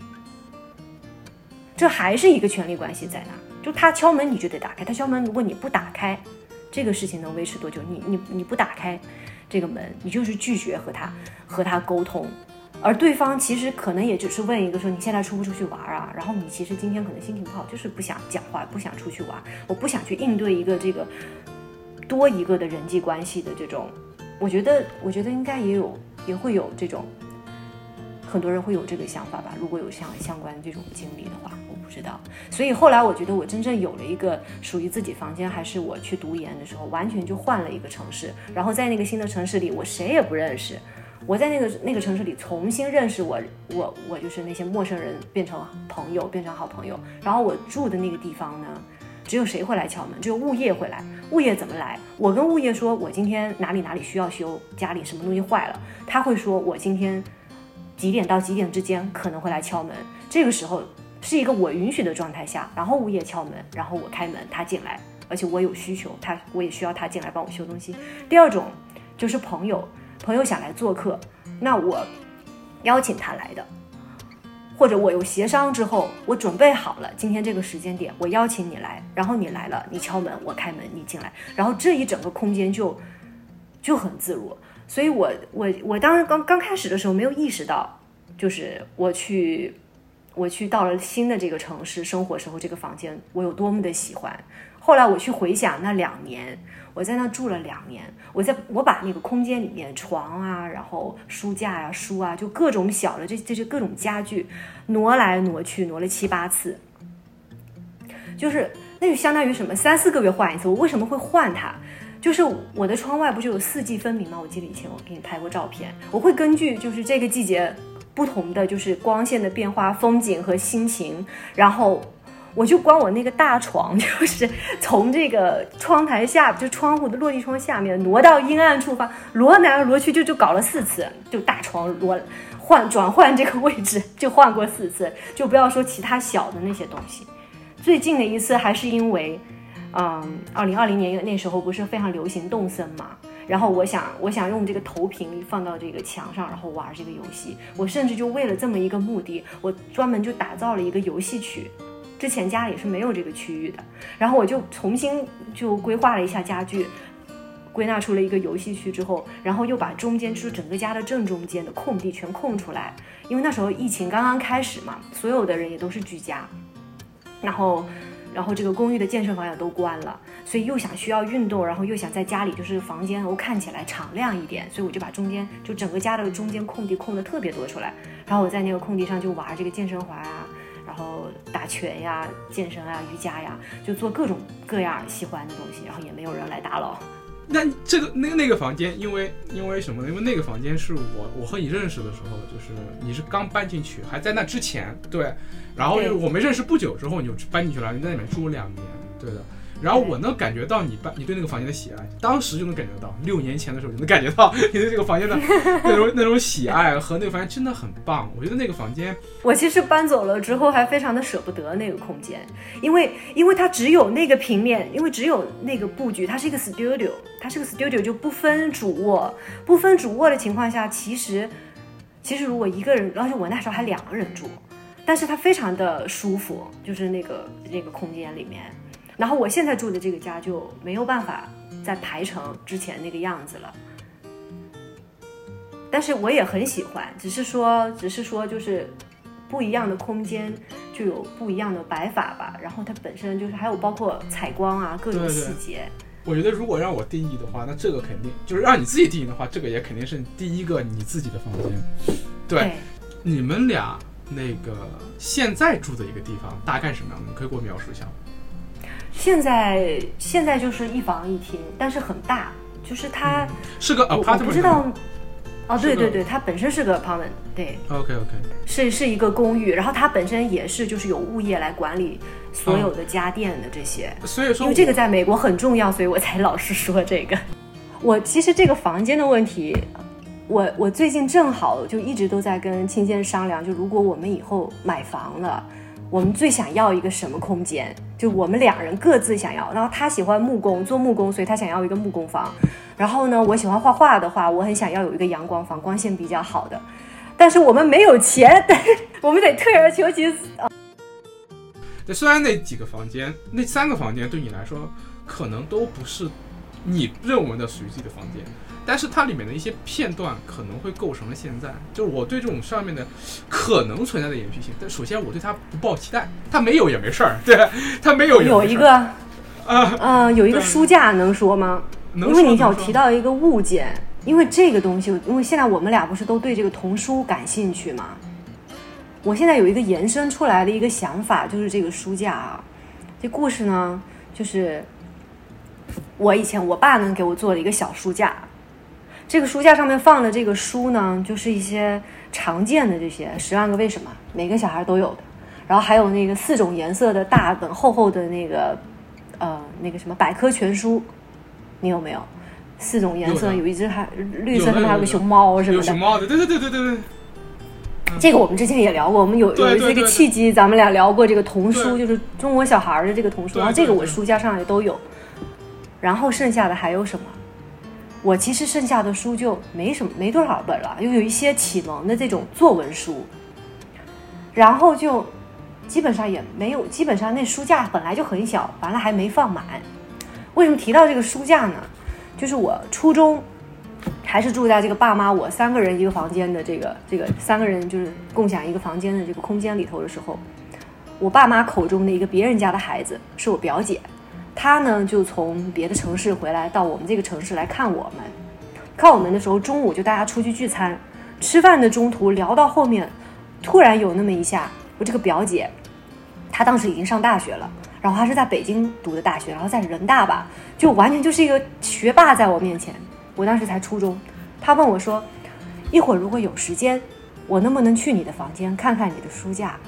这还是一个权力关系在那，就他敲门你就得打开，他敲门如果你不打开，这个事情能维持多久？你你你不打开这个门，你就是拒绝和他和他沟通，而对方其实可能也只是问一个说你现在出不出去玩啊，然后你其实今天可能心情不好，就是不想讲话，不想出去玩，我不想去应对一个这个多一个的人际关系的这种，我觉得我觉得应该也有也会有这种很多人会有这个想法吧，如果有相相关这种经历的话，我不不知道。所以后来我觉得我真正有了一个属于自己房间，还是我去读研的时候，完全就换了一个城市，然后在那个新的城市里，我谁也不认识。我在那个那个城市里重新认识我我我就是那些陌生人变成朋友，变成好朋友。然后我住的那个地方呢，只有谁会来敲门？只有物业会来。物业怎么来？我跟物业说我今天哪里哪里需要修，家里什么东西坏了，他会说我今天几点到几点之间可能会来敲门。这个时候是一个我允许的状态下，然后物业敲门，然后我开门，他进来，而且我有需求，他我也需要他进来帮我修东西。第二种就是朋友。朋友想来做客，那我邀请他来的，或者我有协商之后，我准备好了今天这个时间点，我邀请你来，然后你来了，你敲门，我开门，你进来，然后这一整个空间就就很自如。所以我我我当时刚刚开始的时候没有意识到，就是我去我去到了新的这个城市生活时候，这个房间我有多么的喜欢。后来我去回想那两年，我在那住了两年，我在我把那个空间里面床啊，然后书架呀、啊、书啊，就各种小的这这些各种家具挪来挪去，挪了七八次，就是那就相当于什么三四个月换一次。我为什么会换它？就是我的窗外不就有四季分明吗？我记得以前我给你拍过照片，我会根据就是这个季节不同的就是光线的变化、风景和心情，然后我就光我那个大床，就是从这个窗台下，就窗户的落地窗下面挪到阴暗处方，挪来挪去就就搞了四次，就大床挪换转换这个位置就换过四次，就不要说其他小的那些东西。最近的一次还是因为，嗯，二零二零年那时候不是非常流行动森嘛，然后我想我想用这个投屏放到这个墙上，然后玩这个游戏。我甚至就为了这么一个目的，我专门就打造了一个游戏区。之前家里是没有这个区域的，然后我就重新就规划了一下家具，归纳出了一个游戏区之后，然后又把中间就是整个家的正中间的空地全空出来，因为那时候疫情刚刚开始嘛，所有的人也都是居家，然后然后这个公寓的健身房也都关了，所以又想需要运动，然后又想在家里就是房间我看起来敞亮一点，所以我就把中间就整个家的中间空地空的特别多出来，然后我在那个空地上就玩这个健身环啊，然后打拳呀、健身啊、瑜伽呀，就做各种各样喜欢的东西，然后也没有人来打扰。 那这个那个那个房间，因为因为什么呢？因为那个房间是我我和你认识的时候，就是你是刚搬进去，还在那之前，对。然后我们认识不久之后，你就搬进去了，你在那边住了两年，对的。然后我能感觉到你你对那个房间的喜爱，当时就能感觉到，六年前的时候就能感觉到你对这个房间的那种那种喜爱和那个房间真的很棒。我觉得那个房间， 我其实搬走了之后还非常的舍不得那个空间，因为因为它只有那个平面，因为只有那个布局，它是一个 studio， 它是个 studio 就不分主卧，不分主卧的情况下，其实其实如果一个人，而且我那时候还两个人住，但是它非常的舒服，就是那个那个空间里面。然后我现在住的这个家就没有办法再排成之前那个样子了，但是我也很喜欢，只是说只是说就是不一样的空间就有不一样的摆法吧，然后它本身就是还有包括采光啊各种细节。对对， 我觉得如果让我定义的话，那这个肯定就是让你自己定义的话，这个也肯定是第一个你自己的房间。 对, 对你们俩那个现在住的一个地方大概什么样的，你可以给我描述一下吗？ 现在现在就是一房一厅，但是很大，就是它、嗯、 是个 apartment， 我不知道哦，对对对，它本身是个 apartment， 对 ，OK OK， 是是一个公寓，然后它本身也是就是有物业来管理所有的家电的这些， 嗯、所以说因为这个在美国很重要，所以我才老是说这个。我其实这个房间的问题，我我最近正好就一直都在跟青健商量，就如果我们以后买房了，我们最想要一个什么空间？就我们两人各自想要，然后他喜欢木工，做木工，所以他想要一个木工房。然后呢，我喜欢画画的话，我很想要有一个阳光房，光线比较好的。但是我们没有钱，我们得退而求其次。 对，虽然那几个房间，那三个房间对你来说可能都不是你认为的属于自己的房间，但是它里面的一些片段可能会构成了现在。就是我对这种上面的可能存在的延续性，但首先我对它不抱期待，它没有也没事儿，对，它没有也没事儿。 有一个，啊、呃，有一个书架能说吗？因为你想提到一个物件，因为这个东西，因为现在我们俩不是都对这个童书感兴趣吗？ 我现在有一个延伸出来的一个想法，就是这个书架啊，这故事呢，就是我以前我爸呢给我做了一个小书架，这个书架上面放的这个书呢，就是一些常见的这些十万个为什么，每个小孩都有的，然后还有那个四种颜色的大本厚厚的那个呃那个什么百科全书，你有没有？四种颜色，有一只还绿色，上面还有个熊猫什么的。 有熊猫的，对对对对对对。 这个我们之前也聊过，我们有有一这个契机，咱们俩聊过这个童书，就是中国小孩的这个童书，然后这个我书架上也都有。然后剩下的还有什么？我其实剩下的书就没什么，没多少本了，又有一些启蒙的这种作文书，然后就基本上也没有，基本上那书架本来就很小，完了还没放满。为什么提到这个书架呢？就是我初中还是住在这个爸妈我三个人一个房间的这个这个三个人就是共享一个房间的这个空间里头的时候，我爸妈口中的一个别人家的孩子是我表姐，她呢就从别的城市回来到我们这个城市来看我们，看我们的时候中午就大家出去聚餐，吃饭的中途聊到后面，突然有那么一下，我这个表姐她当时已经上大学了，然后她是在北京读的大学，然后在人大吧，就完全就是一个学霸在我面前。我当时才初中，她问我说，一会儿如果有时间，我能不能去你的房间看看你的书架？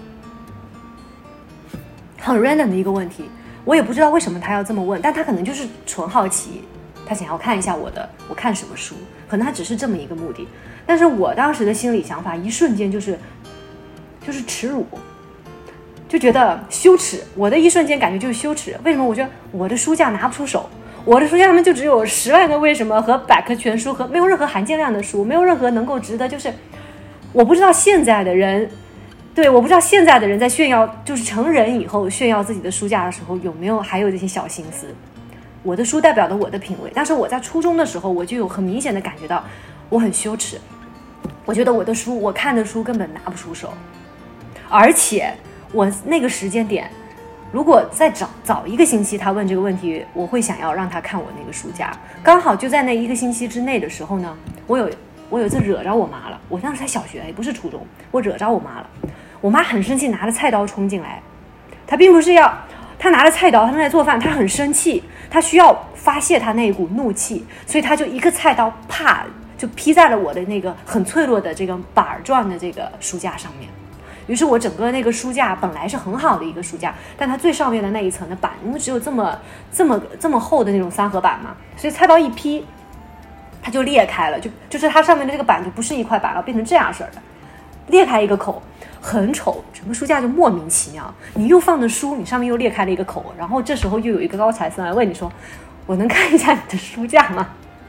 很 random 的一个问题，我也不知道为什么她要这么问，但她可能就是纯好奇，她想要看一下我的我看什么书，可能她只是这么一个目的。但是我当时的心理想法一瞬间就是就是耻辱，就觉得羞耻，我的一瞬间感觉就是羞耻。为什么？我觉得我的书架拿不出手，我的书架上面就只有十万个为什么和百科全书，和没有任何含金量的书，没有任何能够值得，就是我不知道现在的人，对，我不知道现在的人在炫耀，就是成人以后炫耀自己的书架的时候有没有还有这些小心思。我的书代表了我的品味，但是我在初中的时候我就有很明显的感觉到我很羞耻，我觉得我的书我看的书根本拿不出手，而且我那个时间点如果再早早一个星期他问这个问题，我会想要让他看我那个书架。刚好就在那一个星期之内的时候呢，我有我有一次惹着我妈了，我当时才小学也不是初中，我惹着我妈了，我妈很生气，拿着菜刀冲进来，她并不是要，她拿着菜刀，她正在做饭，她很生气，她需要发泄她那一股怒气，所以她就一个菜刀啪就劈在了我的那个很脆弱的这个板状的这个书架上面。于是我整个那个书架本来是很好的一个书架，但它最上面的那一层的板，因为只有这么这么这么厚的那种三合板嘛，所以菜刀一劈它就裂开了，就就是它上面的这个板就不是一块板了，变成这样式的，裂开一个口，很丑，整个书架就莫名其妙。你又放的书，你上面又裂开了一个口，然后这时候又有一个高材生来问你说，我能看一下你的书架吗？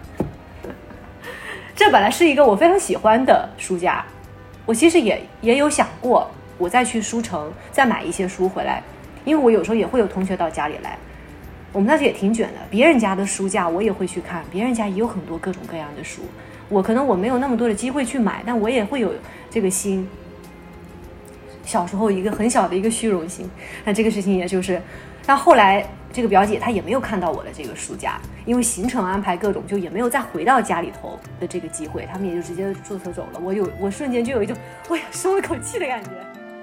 这本来是一个我非常喜欢的书架，我其实也也有想过，我再去书城再买一些书回来，因为我有时候也会有同学到家里来，我们那时也挺卷的，别人家的书架我也会去看，别人家也有很多各种各样的书，我可能我没有那么多的机会去买，但我也会有这个心，小时候一个很小的一个虚荣心。那这个事情也就是，但后来这个表姐她也没有看到我的这个书架，因为行程安排各种，就也没有再回到家里头的这个机会，他们也就直接坐车走了。我有我瞬间就有一种我呀松了口气的感觉。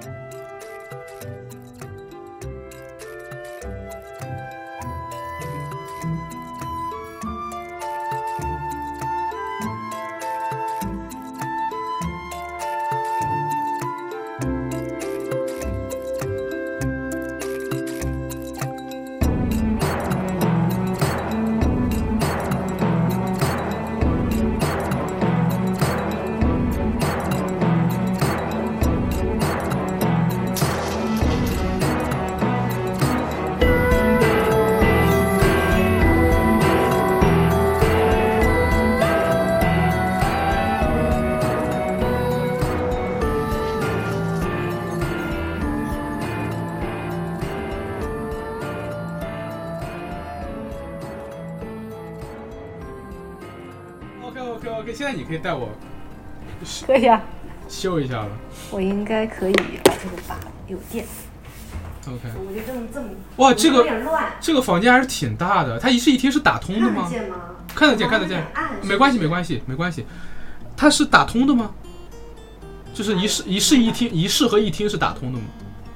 OK OK， 现在你可以带我， 可以啊， 修一下了。 我应该可以把这个把有电。 OK， 我就这么这么哇，这个乱这个房间还是挺大的，它一室一厅是打通的吗？ 看得见吗？ 看得见，看得见，没关系，没关系，没关系。它是打通的吗？ 就是一室一室一厅，一室和一厅是打通的吗？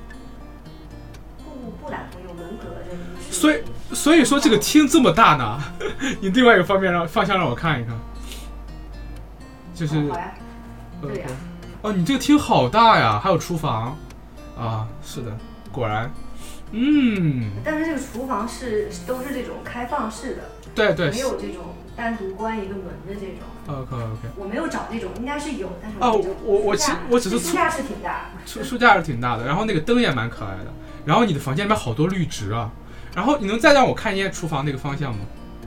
不不打通，有门隔着一室。 所以所以说这个厅这么大呢，你另外一个方面让方向让我看一看，就是， 哦、好呀，对呀。 哦，你这个厅好大呀，还有厨房，啊，是的，果然，嗯。 但是这个厨房是都是这种开放式的， 对对， 没有这种单独关一个门的这种。 OK OK。 我没有找这种，应该是有，但是哦，我我其我只是书架是挺大， 书书架是挺大的，然后那个灯也蛮可爱的，然后你的房间里面好多绿植啊，然后你能再让我看一眼厨房那个方向吗？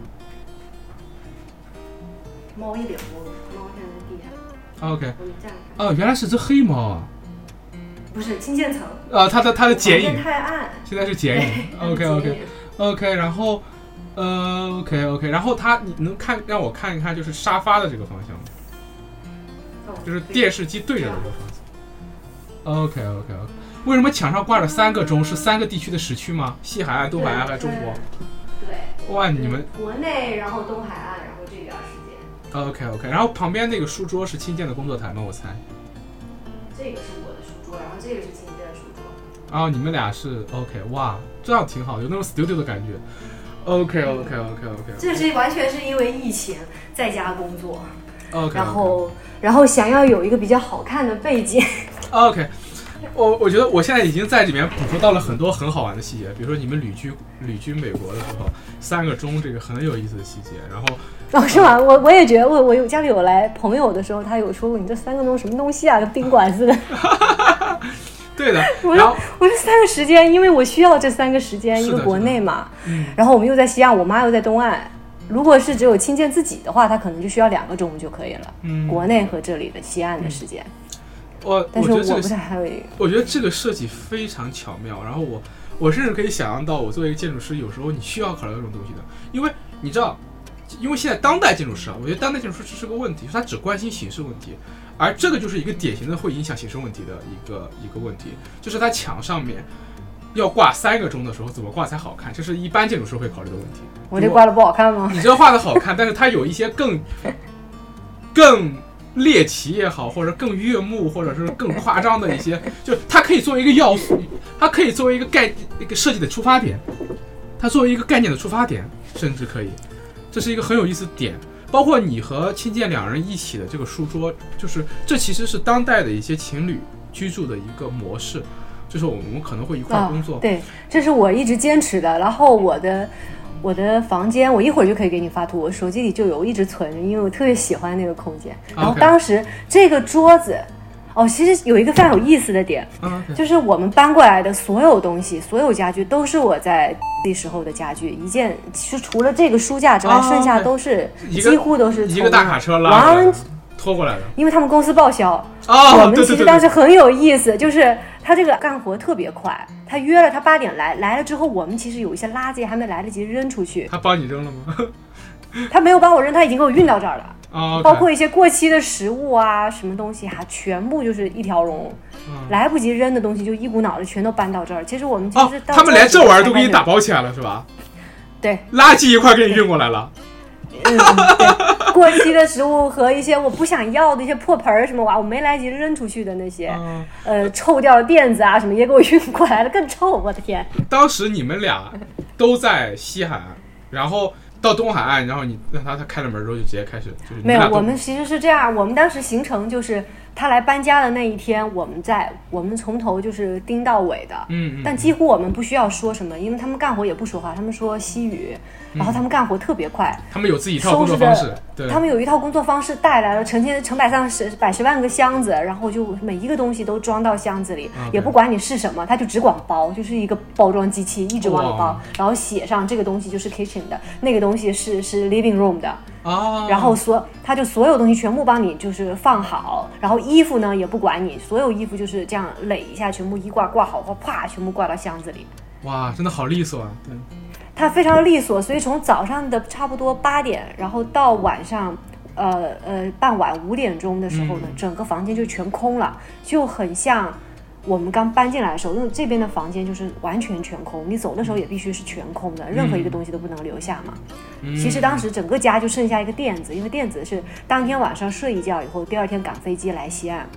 猫一脸懵，猫现在在地上。 OK。哦，原来是只黑猫啊。 不是清渐层。 啊，它的它的剪影。 太暗。 现在是剪影。OK OK OK， 然后。呃 ，OK OK， 然后它你能看让我看一看，就是沙发的这个方向吗？ 哦、 就是电视机对着这个方向。OK OK OK， 为什么墙上挂着三个钟？是三个地区的时区吗？西海岸、东海岸还是中国？ 对。 哇，你们国内，然后东海岸，然后这边时间。 OK OK， 然后旁边那个书桌是青剑的工作台吗？我猜。 这个是我的书桌，然后这个是青剑的书桌。 哦，你们俩是 OK， 哇，这样挺好，有那种 studio 的感觉。OK OK OK OK， 这是完全是因为疫情在家工作 ，OK， 然后然后想要有一个比较好看的背景 ，OK， 我我觉得我现在已经在里面捕捉到了很多很好玩的细节，比如说你们旅居旅居美国的时候，三个钟这个很有意思的细节，然后哦是吗？我我也觉得我我有家里有来朋友的时候，他有说过你这三个钟什么东西啊，跟宾馆似的。 对的， 我说我这三个时间，因为我需要这三个时间，一个国内嘛， 嗯， 然后我们又在西岸，我妈又在东岸。如果是只有青剑自己的话，他可能就需要两个钟就可以了。 嗯， 国内和这里的西岸的时间。 嗯、我但是我不太还有一个， 我觉得这个设计非常巧妙。然后我我甚至可以想象到，我作为一个建筑师，有时候你需要考虑这种东西的，因为你知道，因为现在当代建筑师啊，我觉得当代建筑师这是个问题，他只关心形式问题。而这个就是一个典型的会影响形式问题的一个一个问题，就是它墙上面要挂三个钟的时候，怎么挂才好看？这是一般建筑师会考虑的问题。 我这挂的不好看吗？ 你这画的好看，但是它有一些更更猎奇也好，或者更悦目，或者是更夸张的一些，就它可以作为一个要素，它可以作为一个概一个设计的出发点，它作为一个概念的出发点，甚至可以，这是一个很有意思的点。包括你和青剑两人一起的这个书桌，就是这其实是当代的一些情侣居住的一个模式，就是我们可能会一块工作、 哦、对，这是我一直坚持的。然后我的我的房间我一会儿就可以给你发图，我手机里就有，一直存着，因为我特别喜欢那个空间。然后当时这个桌子哦，其实有一个非常有意思的点、 okay. 就是我们搬过来的所有东西，所有家具都是我在那时候的家具，一件就除了这个书架之外、oh, 剩下都是几乎都是一个大卡车拉完拖过来的， 因为他们公司报销、 oh, 我们其实当时很有意思，就是他这个干活特别快，他约了他八点来，来了之后我们其实有一些垃圾还没来得及扔出去。 他帮你扔了吗？ 他没有帮我扔，他已经给我运到这儿了。 Oh, okay. 包括一些过期的食物啊，什么东西还、啊、全部就是一条龙、嗯，来不及扔的东西就一股脑的全都搬到这儿。其实我们其实到、 哦、他们连这玩意儿都给你打包起来了是吧？ 对，垃圾一块给你运过来了。 嗯，对，过期的食物和一些我不想要的一些破盆什么哇，我没来及扔出去的那些， 嗯、 呃，臭掉的垫子啊什么也给我运过来了，更臭，我的天！ 当时你们俩都在西海岸，然后。到东海岸，然后你让他他开了门之后就直接开始，就是没有，我们其实是这样，我们当时行程就是他来搬家的那一天，我们在我们从头就是盯到尾的， 嗯, 嗯， 但几乎我们不需要说什么，因为他们干活也不说话，他们说西语，然后他们干活特别快， 嗯、他们有自己一套工作方式，对， 他们有一套工作方式带来了成千成百上十百十万个箱子，然后就每一个东西都装到箱子里， okay. 也不管你是什么，他就只管包，就是一个包装机器一直往里包， oh. 然后写上这个东西就是 kitchen 的，那个东西是是 living room 的。 哦、 然后所他就所有东西全部帮你就是放好，然后衣服呢也不管你，所有衣服就是这样垒一下，全部一挂挂好，啪全部挂到箱子里。 哇，真的好利索啊！对， 它非常利索，所以从早上的差不多八点，然后到晚上，呃呃傍晚五点钟的时候呢、嗯，整个房间就全空了，就很像我们刚搬进来的时候，因为这边的房间就是完全全空，你走的时候也必须是全空的，任何一个东西都不能留下嘛。嗯、其实当时整个家就剩下一个垫子，因为垫子是当天晚上睡一觉以后，第二天赶飞机来西岸。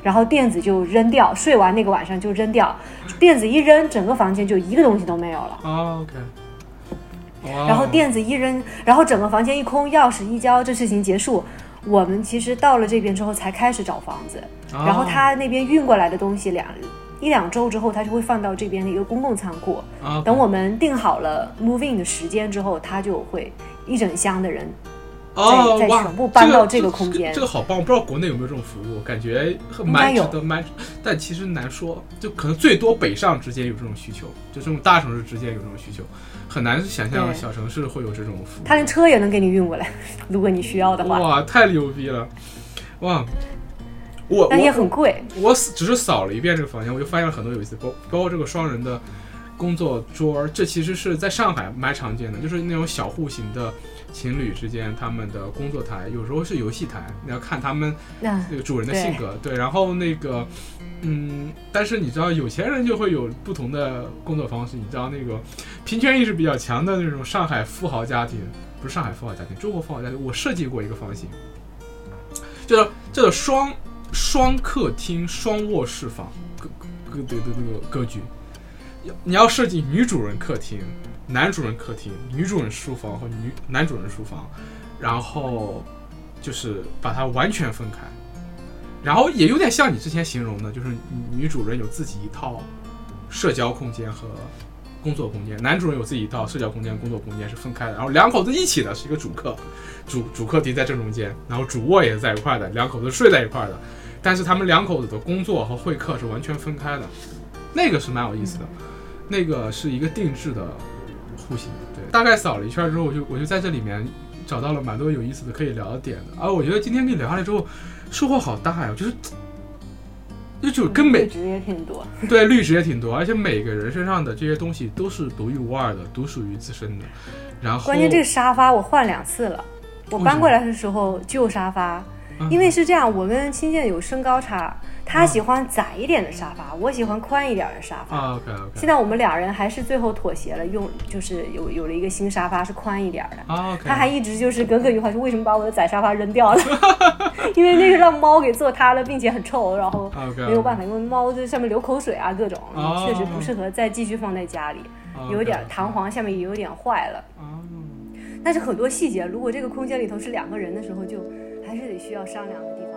然后垫子就扔掉，睡完那个晚上就扔掉，垫子一扔，整个房间就一个东西都没有了。 哦 OK。 然后垫子一扔，然后整个房间一空，钥匙一交，这事情结束。我们其实到了这边之后才开始找房子， 哦、 然后他那边运过来的东西两一两周之后，他就会放到这边的一个公共仓库。 哦、 等我们定好了 move in 的时间之后，他就会一整箱的人哦， 再全部搬到这个空间。 这个、这个好棒！我不知道国内有没有这种服务，感觉蛮值得蛮，但其实难说，就可能最多北上之间有这种需求，就这种大城市之间有这种需求。很难想象小城市会有这种服务， 他连车也能给你运过来，如果你需要的话。 哇，太牛逼了！哇，我但也很贵。 我, 我只是扫了一遍这个房间，我就发现了很多有意思，包包括这个双人的工作桌，这其实是在上海蛮常见的，就是那种小户型的情侣之间他们的工作台，有时候是游戏台，你要看他们那个主人的性格。对, 对，然后那个。嗯，但是你知道有钱人就会有不同的工作方式，你知道那个平权意识比较强的那种上海富豪家庭，不是上海富豪家庭，中国富豪家庭，我设计过一个房型，就是叫做双双客厅双卧室房格格的那个格局，你要设计女主人客厅、男主人客厅、女主人书房和女男主人书房，然后就是把它完全分开。然后也有点像你之前形容的，就是女主人有自己一套社交空间和工作空间，男主人有自己一套社交空间、工作空间是分开的，然后两口子一起的是一个主客，主主客厅在正中间，然后主卧也是在一块的，两口子睡在一块的，但是他们两口子的工作和会客是完全分开的，那个是蛮有意思的，那个是一个定制的户型。对，大概扫了一圈之后，我就我就在这里面找到了蛮多有意思的可以聊的点的，而我觉得今天跟你聊下来之后。收获好大呀，就是就就是跟每绿植也挺多， 对，绿植也挺多，而且每个人身上的这些东西都是独一无二的，独属于自身的。然后关键这个沙发我换两次了，我搬过来的时候旧沙发，因为是这样，我跟青健有身高差，他喜欢窄一点的沙发，我喜欢宽一点的沙发。 啊 OK OK。 现在我们俩人还是最后妥协了，用就是有有了一个新沙发是宽一点的。 啊 OK。 他还一直就是耿耿于怀说为什么把我的窄沙发扔掉了，因为那个让猫给坐塌了，并且很臭，然后没有办法，因为猫在上面流口水啊，各种确实不适合再继续放在家里，有点弹簧，下面也有点坏了。但是很多细节，如果这个空间里头是两个人的时候，就还是得需要商量的地方。